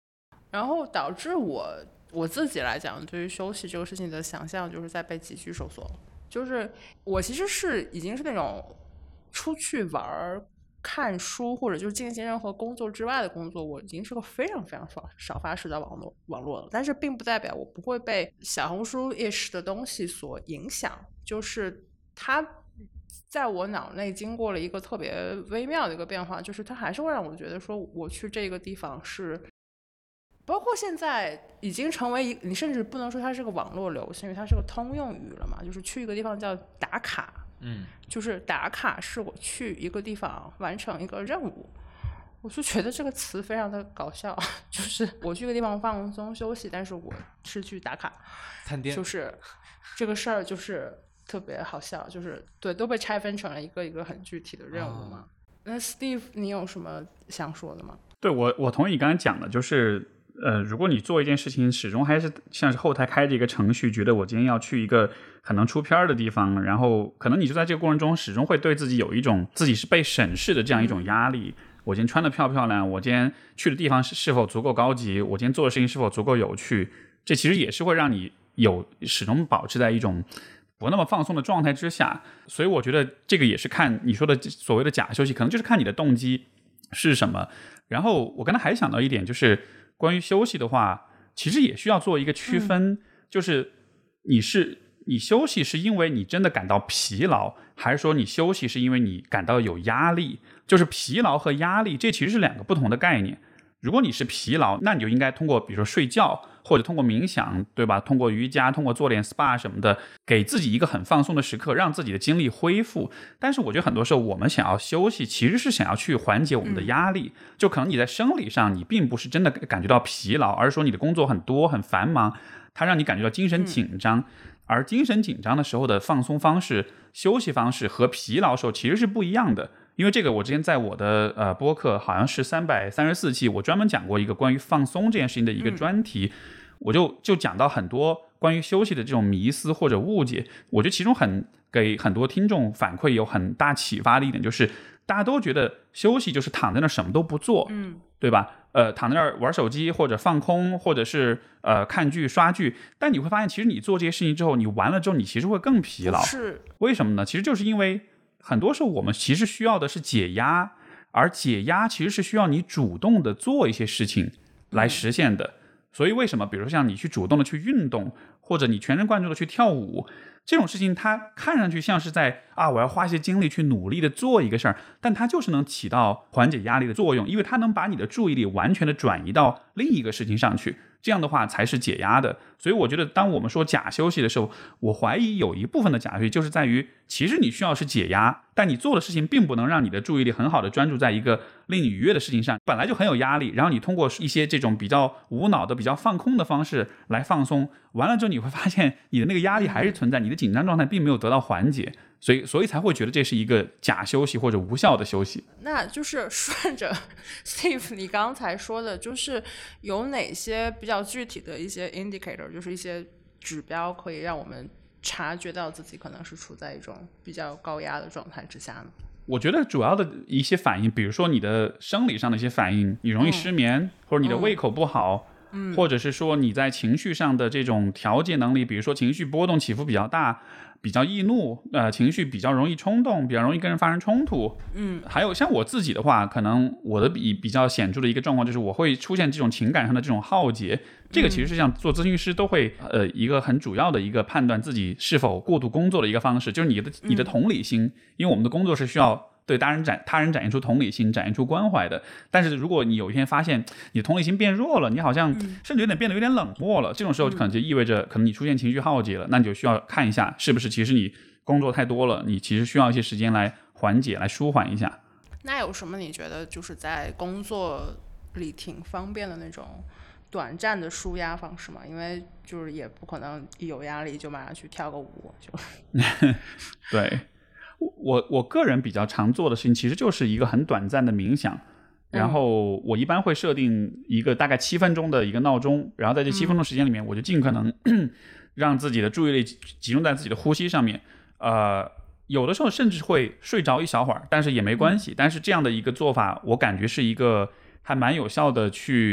然后导致我自己来讲，对于休息这个事情的想象就是在被急剧收缩。就是我其实已经是那种出去玩、看书或者就是进行任何工作之外的工作，我已经是个非常非常少发社交网络了。但是并不代表我不会被小红书 ish 的东西所影响，就是它在我脑内经过了一个特别微妙的一个变化，就是它还是会让我觉得说我去这个地方是。包括现在已经成为你甚至不能说它是个网络流行语，它是个通用语了嘛。就是去一个地方叫打卡，就是打卡是我去一个地方完成一个任务。我就觉得这个词非常的搞笑，就是我去一个地方放松休息，但是我是去打卡， 探店， 就是这个事儿就是特别好笑，就是对都被拆分成了一个一个很具体的任务嘛。那 Steve 你有什么想说的吗？ 对，我同意你刚才讲的，就是如果你做一件事情始终还是像是后台开着一个程序，觉得我今天要去一个很能出片的地方，然后可能你就在这个过程中始终会对自己有一种自己是被审视的这样一种压力。我今天穿得漂不漂亮，我今天去的地方是否足够高级，我今天做的事情是否足够有趣，这其实也是会让你始终保持在一种不那么放松的状态之下。所以我觉得这个也是看你说的所谓的假休息，可能就是看你的动机是什么。然后我刚才还想到一点，就是关于休息的话，其实也需要做一个区分，就是你休息是因为你真的感到疲劳，还是说你休息是因为你感到有压力？就是疲劳和压力，这其实是两个不同的概念。如果你是疲劳，那你就应该通过比如说睡觉，或者通过冥想，对吧？通过瑜伽，通过做点 SPA 什么的，给自己一个很放松的时刻，让自己的精力恢复。但是我觉得很多时候我们想要休息，其实是想要去缓解我们的压力。就可能你在生理上你并不是真的感觉到疲劳，而是说你的工作很多很繁忙，它让你感觉到精神紧张。而精神紧张的时候的放松方式、休息方式和疲劳的时候其实是不一样的。因为这个我之前在我的播客好像是334期，我专门讲过一个关于放松这件事情的一个专题，我就讲到很多关于休息的这种迷思或者误解。我觉得其中给很多听众反馈有很大启发的一点，就是大家都觉得休息就是躺在那什么都不做，对吧？躺在那儿玩手机或者放空，或者是看剧刷剧。但你会发现，其实你做这些事情之后，你完了之后，你其实会更疲劳。 是为什么呢？其实就是因为很多时候我们其实需要的是解压，而解压其实是需要你主动的做一些事情来实现的。所以为什么比如说像你去主动的去运动，或者你全神贯注的去跳舞，这种事情它看上去像是在我要花一些精力去努力的做一个事儿，但它就是能起到缓解压力的作用，因为它能把你的注意力完全的转移到另一个事情上去，这样的话才是解压的。所以我觉得当我们说假休息的时候，我怀疑有一部分的假休息就是在于其实你需要是解压，但你做的事情并不能让你的注意力很好的专注在一个令你愉悦的事情上，本来就很有压力，然后你通过一些这种比较无脑的比较放空的方式来放松，完了之后你会发现你的那个压力还是存在，你的紧张状态并没有得到缓解，所以才会觉得这是一个假休息或者无效的休息。 那就是顺着 Steve 你刚才说的，就是有哪些比较具体的一些 indicator， 就是一些指标可以让我们察觉到自己可能是处在一种比较高压的状态之下呢？ 我觉得主要的一些反应，比如说你的生理上的一些反应，你容易失眠，或者你的胃口不好，或者是说你在情绪上的这种调节能力，比如说情绪波动起伏比较大，比较易怒，情绪比较容易冲动，比较容易跟人发生冲突。还有像我自己的话，可能我的比较显著的一个状况就是我会出现这种情感上的这种耗竭。这个其实是像做咨询师都会一个很主要的一个判断自己是否过度工作的一个方式，就是你的同理心，因为我们的工作是需要对他人展现出同理心，展现出关怀的。但是如果你有一天发现你的同理心变弱了，你好像甚至变得有点冷漠了，这种时候可能就意味着可能你出现情绪耗竭了，那你就需要看一下是不是其实你工作太多了，你其实需要一些时间来缓解，来舒缓一下。 那有什么你觉得就是在工作里挺方便的那种短暂的抒压方式嘛？因为就是也不可能一有压力就马上去跳个舞就对，我个人比较常做的事情其实就是一个很短暂的冥想，然后我一般会设定一个大概7分钟的一个闹钟，然后在这7分钟时间里面，我就尽可能让自己的注意力集中在自己的呼吸上面。有的时候甚至会睡着一小会儿，但是也没关系。但是这样的一个做法，我感觉是一个还蛮有效的去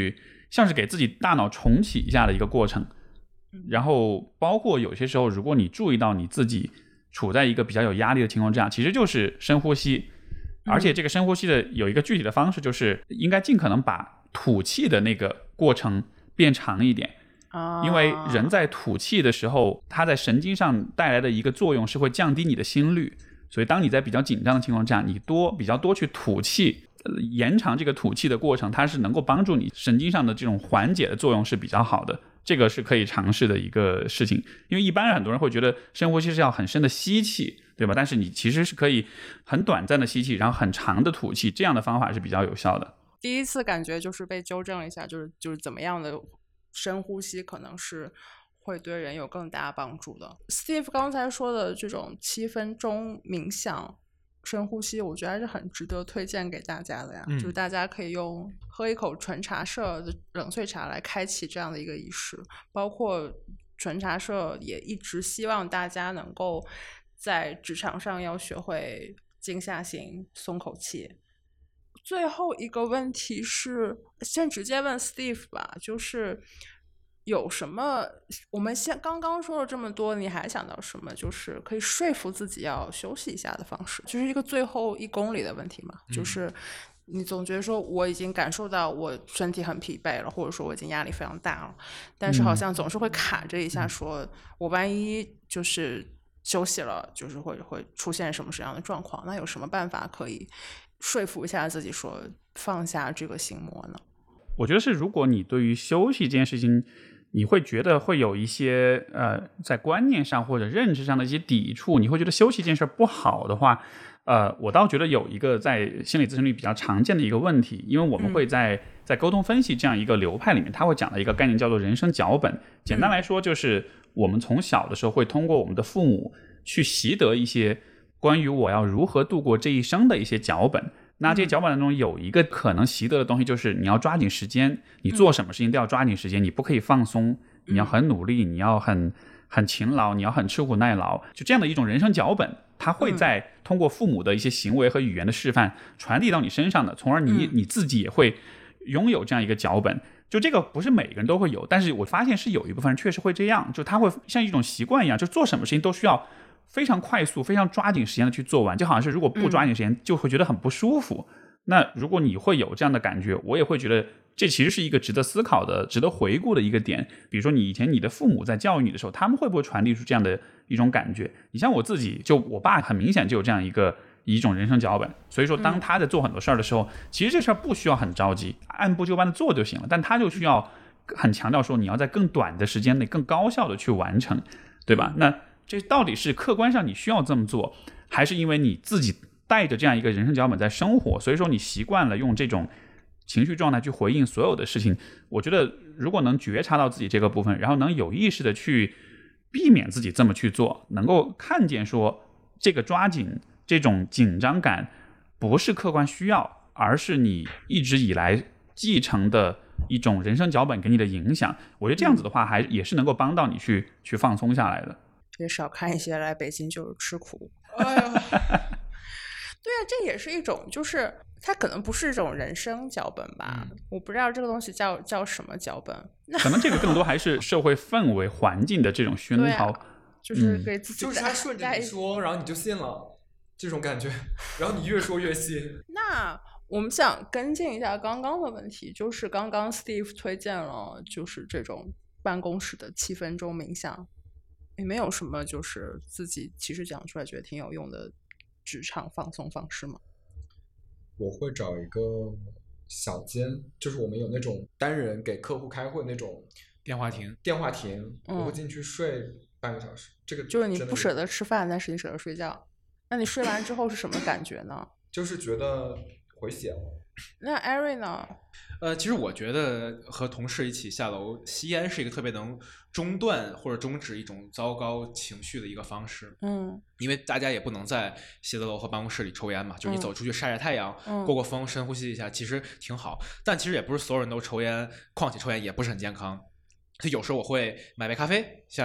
像是给自己大脑重启一下的一个过程。然后包括有些时候，如果你注意到你自己处在一个比较有压力的情况之下，其实就是深呼吸。而且这个深呼吸的有一个具体的方式，就是应该尽可能把吐气的那个过程变长一点。因为人在吐气的时候，它在神经上带来的一个作用是会降低你的心率，所以当你在比较紧张的情况下，你比较多去吐气，延长这个吐气的过程，它是能够帮助你神经上的这种缓解的作用是比较好的。这个是可以尝试的一个事情。因为一般很多人会觉得深呼吸是要很深的吸气，对吧？但是你其实是可以很短暂的吸气，然后很长的吐气，这样的方法是比较有效的。 第一次感觉就是被纠正了一下，就是怎么样的深呼吸可能是会对人有更大帮助的。 Steve 刚才说的这种7分钟冥想深呼吸，我觉得还是很值得推荐给大家的呀。就是大家可以用喝一口纯茶社的冷萃茶来开启这样的一个仪式，包括纯茶社也一直希望大家能够在职场上要学会静下心松口气。最后一个问题是，先直接问 Steve 吧，就是有什么，我们刚刚说了这么多，你还想到什么就是可以说服自己要休息一下的方式？就是一个最后1公里的问题嘛，就是你总觉得说我已经感受到我身体很疲惫了，或者说我已经压力非常大了，但是好像总是会卡着一下，说我万一就是休息了，就是会出现什么样的状况？那有什么办法可以说服一下自己说放下这个心魔呢？ 我觉得是，如果你对于休息这件事情，你会觉得会有一些在观念上或者认知上的一些抵触，你会觉得休息这件事不好的话，我倒觉得有一个在心理咨询里比较常见的一个问题，因为我们会在沟通分析这样一个流派里面，他会讲的一个概念叫做人生脚本。简单来说，就是我们从小的时候会通过我们的父母去习得一些关于我要如何度过这一生的一些脚本。那这些脚本当中有一个可能习得的东西，就是你要抓紧时间，你做什么事情都要抓紧时间，你不可以放松，你要很努力，你要很勤劳，你要很吃苦耐劳，就这样的一种人生脚本，它会在通过父母的一些行为和语言的示范传递到你身上的，从而你自己也会拥有这样一个脚本。就这个不是每个人都会有，但是我发现是有一部分人确实会这样，就他会像一种习惯一样，就做什么事情都需要非常快速非常抓紧时间的去做完，就好像是如果不抓紧时间就会觉得很不舒服。那如果你会有这样的感觉，我也会觉得这其实是一个值得思考的值得回顾的一个点。比如说你以前你的父母在教育你的时候，他们会不会传递出这样的一种感觉？你像我自己，就我爸很明显就有这样一种人生脚本，所以说当他在做很多事儿的时候，其实这事儿不需要很着急，按部就班的做就行了，但他就需要很强调说你要在更短的时间内更高效的去完成，对吧？那这到底是客观上你需要这么做，还是因为你自己带着这样一个人生脚本在生活，所以说你习惯了用这种情绪状态去回应所有的事情？我觉得如果能觉察到自己这个部分，然后能有意识的去避免自己这么去做，能够看见说这个抓紧这种紧张感不是客观需要，而是你一直以来继承的一种人生脚本给你的影响。我觉得这样子的话也是能够帮到你去放松下来的。 别少看一些来北京就是吃苦。哎呀，对啊，这也是一种，就是它可能不是一种人生脚本吧，我不知道这个东西叫什么脚本。 可能这个更多还是社会氛围环境的这种熏陶， 就是给自己就是他顺着你说，然后你就信了，这种感觉，然后你越说越信。那我们想跟进一下刚刚的问题，就是刚刚 Steve 推荐了就是这种办公室的7分钟冥想，也没有什么就是自己其实讲出来觉得挺有用的职场放松方式吗？ 我会找一个小间，就是我们有那种单人给客户开会那种电话亭， 我会进去睡半个小时。这个就是你不舍得吃饭，但是你舍得睡觉。那你睡完之后是什么感觉呢？ 就是觉得回血了。 那 Ari 呢？ 其实我觉得和同事一起下楼吸烟是一个特别能中断或者终止一种糟糕情绪的一个方式。因为大家也不能在写字楼和办公室里抽烟嘛，就是你走出去晒晒太阳，过风，深呼吸一下，其实挺好。但其实也不是所有人都抽烟，况且抽烟也不是很健康。所以有时候我会买杯咖啡下去，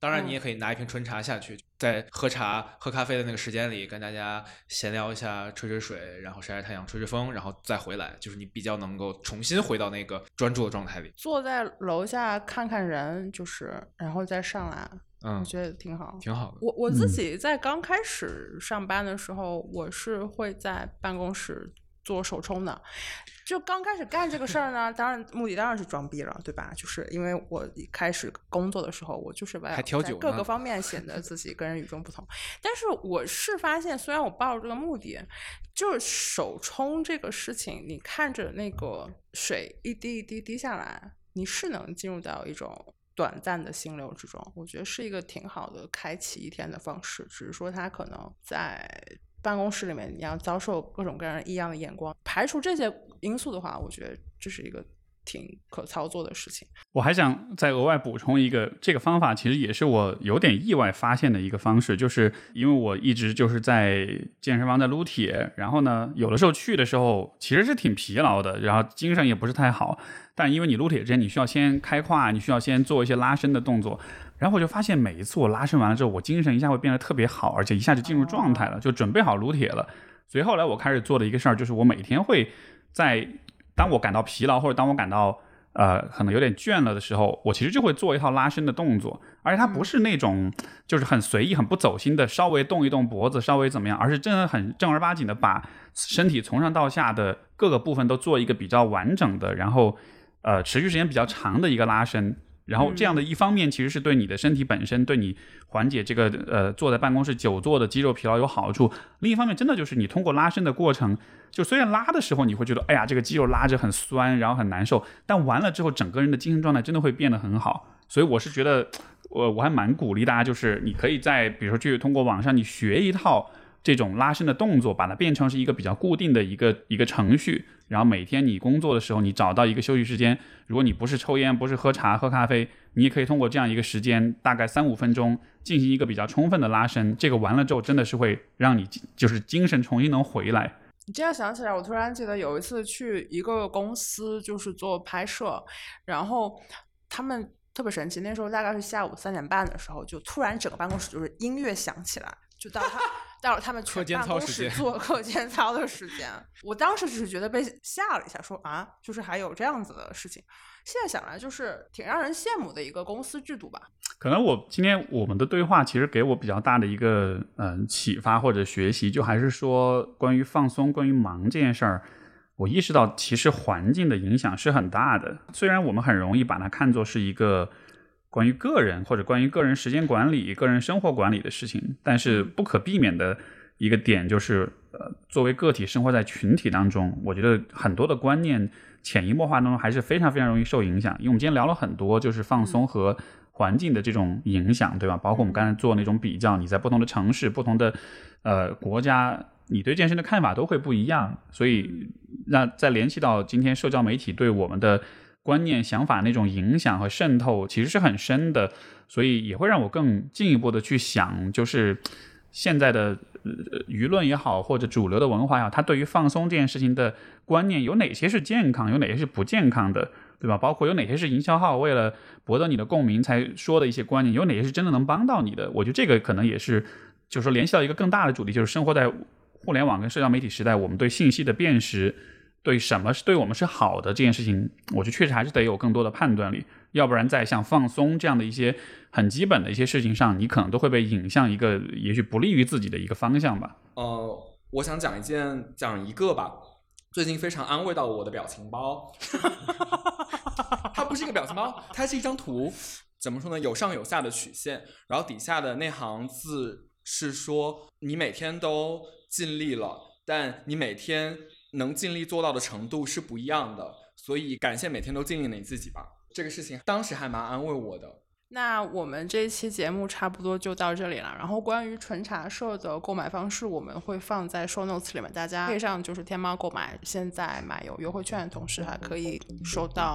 当然你也可以拿一瓶纯茶下去，在喝茶喝咖啡的那个时间里跟大家闲聊一下，吹吹水，然后晒晒太阳吹吹风，然后再回来，就是你比较能够重新回到那个专注的状态里。 坐在楼下看看人，就是然后再上来，我觉得挺好， 挺好的。 我自己在刚开始上班的时候，我是会在办公室做手冲的。就刚开始干这个事儿呢，当然目的当然是装逼了，对吧？就是因为我一开始工作的时候，我就是为了在各个方面显得自己跟人与众不同。但是我是发现，虽然我抱着这个目的，就是手冲这个事情，你看着那个水一滴一滴滴下来，你是能进入到一种短暂的心流之中。我觉得是一个挺好的开启一天的方式，只是说它可能在办公室里面你要遭受各种各样异样的眼光，排除这些因素的话，我觉得这是一个挺可操作的事情。 我还想再额外补充一个，这个方法其实也是我有点意外发现的一个方式，就是因为我一直就是在健身房在撸铁，然后呢有的时候去的时候其实是挺疲劳的，然后精神也不是太好，但因为你撸铁之前你需要先开胯，你需要先做一些拉伸的动作，然后我就发现每一次我拉伸完了之后，我精神一下会变得特别好，而且一下就进入状态了，就准备好撸铁了。所以后来我开始做的一个事儿，就是我每天会在当我感到疲劳或者当我感到可能有点倦了的时候，我其实就会做一套拉伸的动作，而且它不是那种就是很随意很不走心的稍微动一动脖子稍微怎么样，而是真的很正儿八经的把身体从上到下的各个部分都做一个比较完整的，然后持续时间比较长的一个拉伸。然后这样的一方面其实是对你的身体本身，对你缓解这个坐在办公室久坐的肌肉疲劳有好处，另一方面真的就是你通过拉伸的过程，就虽然拉的时候你会觉得哎呀这个肌肉拉着很酸然后很难受，但完了之后整个人的精神状态真的会变得很好。所以我是觉得我还蛮鼓励大家，就是你可以在比如说去通过网上你学一套这种拉伸的动作，把它变成是一个比较固定的一个程序，然后每天你工作的时候你找到一个休息时间，如果你不是抽烟不是喝茶喝咖啡，你也可以通过这样一个时间大概3-5分钟进行一个比较充分的拉伸，这个完了之后真的是会让你就是精神重新能回来。 你这样想起来，我突然记得有一次去一个公司就是做拍摄，然后他们特别神奇，那时候大概是下午3点半的时候，就突然整个办公室就是音乐响起来，就到了他们全办公室做课间操的时间。我当时只是觉得被吓了一下，说啊，就是还有这样子的事情。现在想来就是挺让人羡慕的一个公司制度吧。 可能今天我们的对话其实给我比较大的一个启发或者学习，就还是说关于放松关于忙这件事儿，我意识到其实环境的影响是很大的。虽然我们很容易把它看作是一个关于个人或者关于个人时间管理个人生活管理的事情，但是不可避免的一个点就是作为个体生活在群体当中，我觉得很多的观念潜移默化当中还是非常非常容易受影响。因为我们今天聊了很多就是放松和环境的这种影响，对吧？包括我们刚才做那种比较，你在不同的城市不同的国家，你对这件事的看法都会不一样。所以再联系到今天社交媒体对我们的观念想法那种影响和渗透其实是很深的，所以也会让我更进一步的去想，就是现在的舆论也好或者主流的文化也好，它对于放松这件事情的观念有哪些是健康有哪些是不健康的，对吧？包括有哪些是营销号为了博得你的共鸣才说的一些观念，有哪些是真的能帮到你的。我觉得这个可能也是就是说联系到一个更大的主题，就是生活在互联网跟社交媒体时代，我们对信息的辨识，对什么是对我们是好的这件事情，我觉得确实还是得有更多的判断力，要不然在像放松这样的一些很基本的一些事情上，你可能都会被引向一个也许不利于自己的一个方向吧。 我想讲一个吧，最近非常安慰到我的表情包。它不是一个表情包，它是一张图，怎么说呢，有上有下的曲线，然后底下的那行字是说你每天都尽力了，但你每天能尽力做到的程度是不一样的，所以感谢每天都尽力的你自己吧。这个事情当时还蛮安慰我的。 那我们这期节目差不多就到这里了，然后关于纯茶社的购买方式我们会放在 show notes 里面，大家配上就是天猫购买，现在买有优惠券的同时还可以收到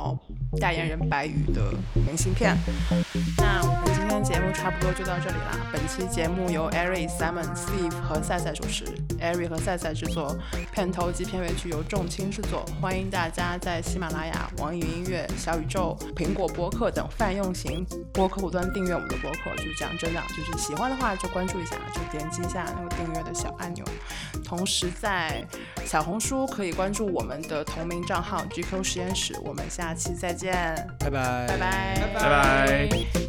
代言人白宇的明信片。那我们今天节目差不多就到这里啦。本期节目由 Ari、Simon、Steve 和赛赛主持，Ari 和赛赛制作，片头及片尾曲由仲青制作。欢迎大家在喜马拉雅、网易云音乐、小宇宙、苹果播客等泛用型播客客户端订阅我们的播客。就是讲真的，就是喜欢的话就关注一下，就点击一下那个订阅的小按钮。同时在小红书可以关注我们的同名账号 GQ 实验室。我们下期再见， 拜拜， 拜拜， 拜拜。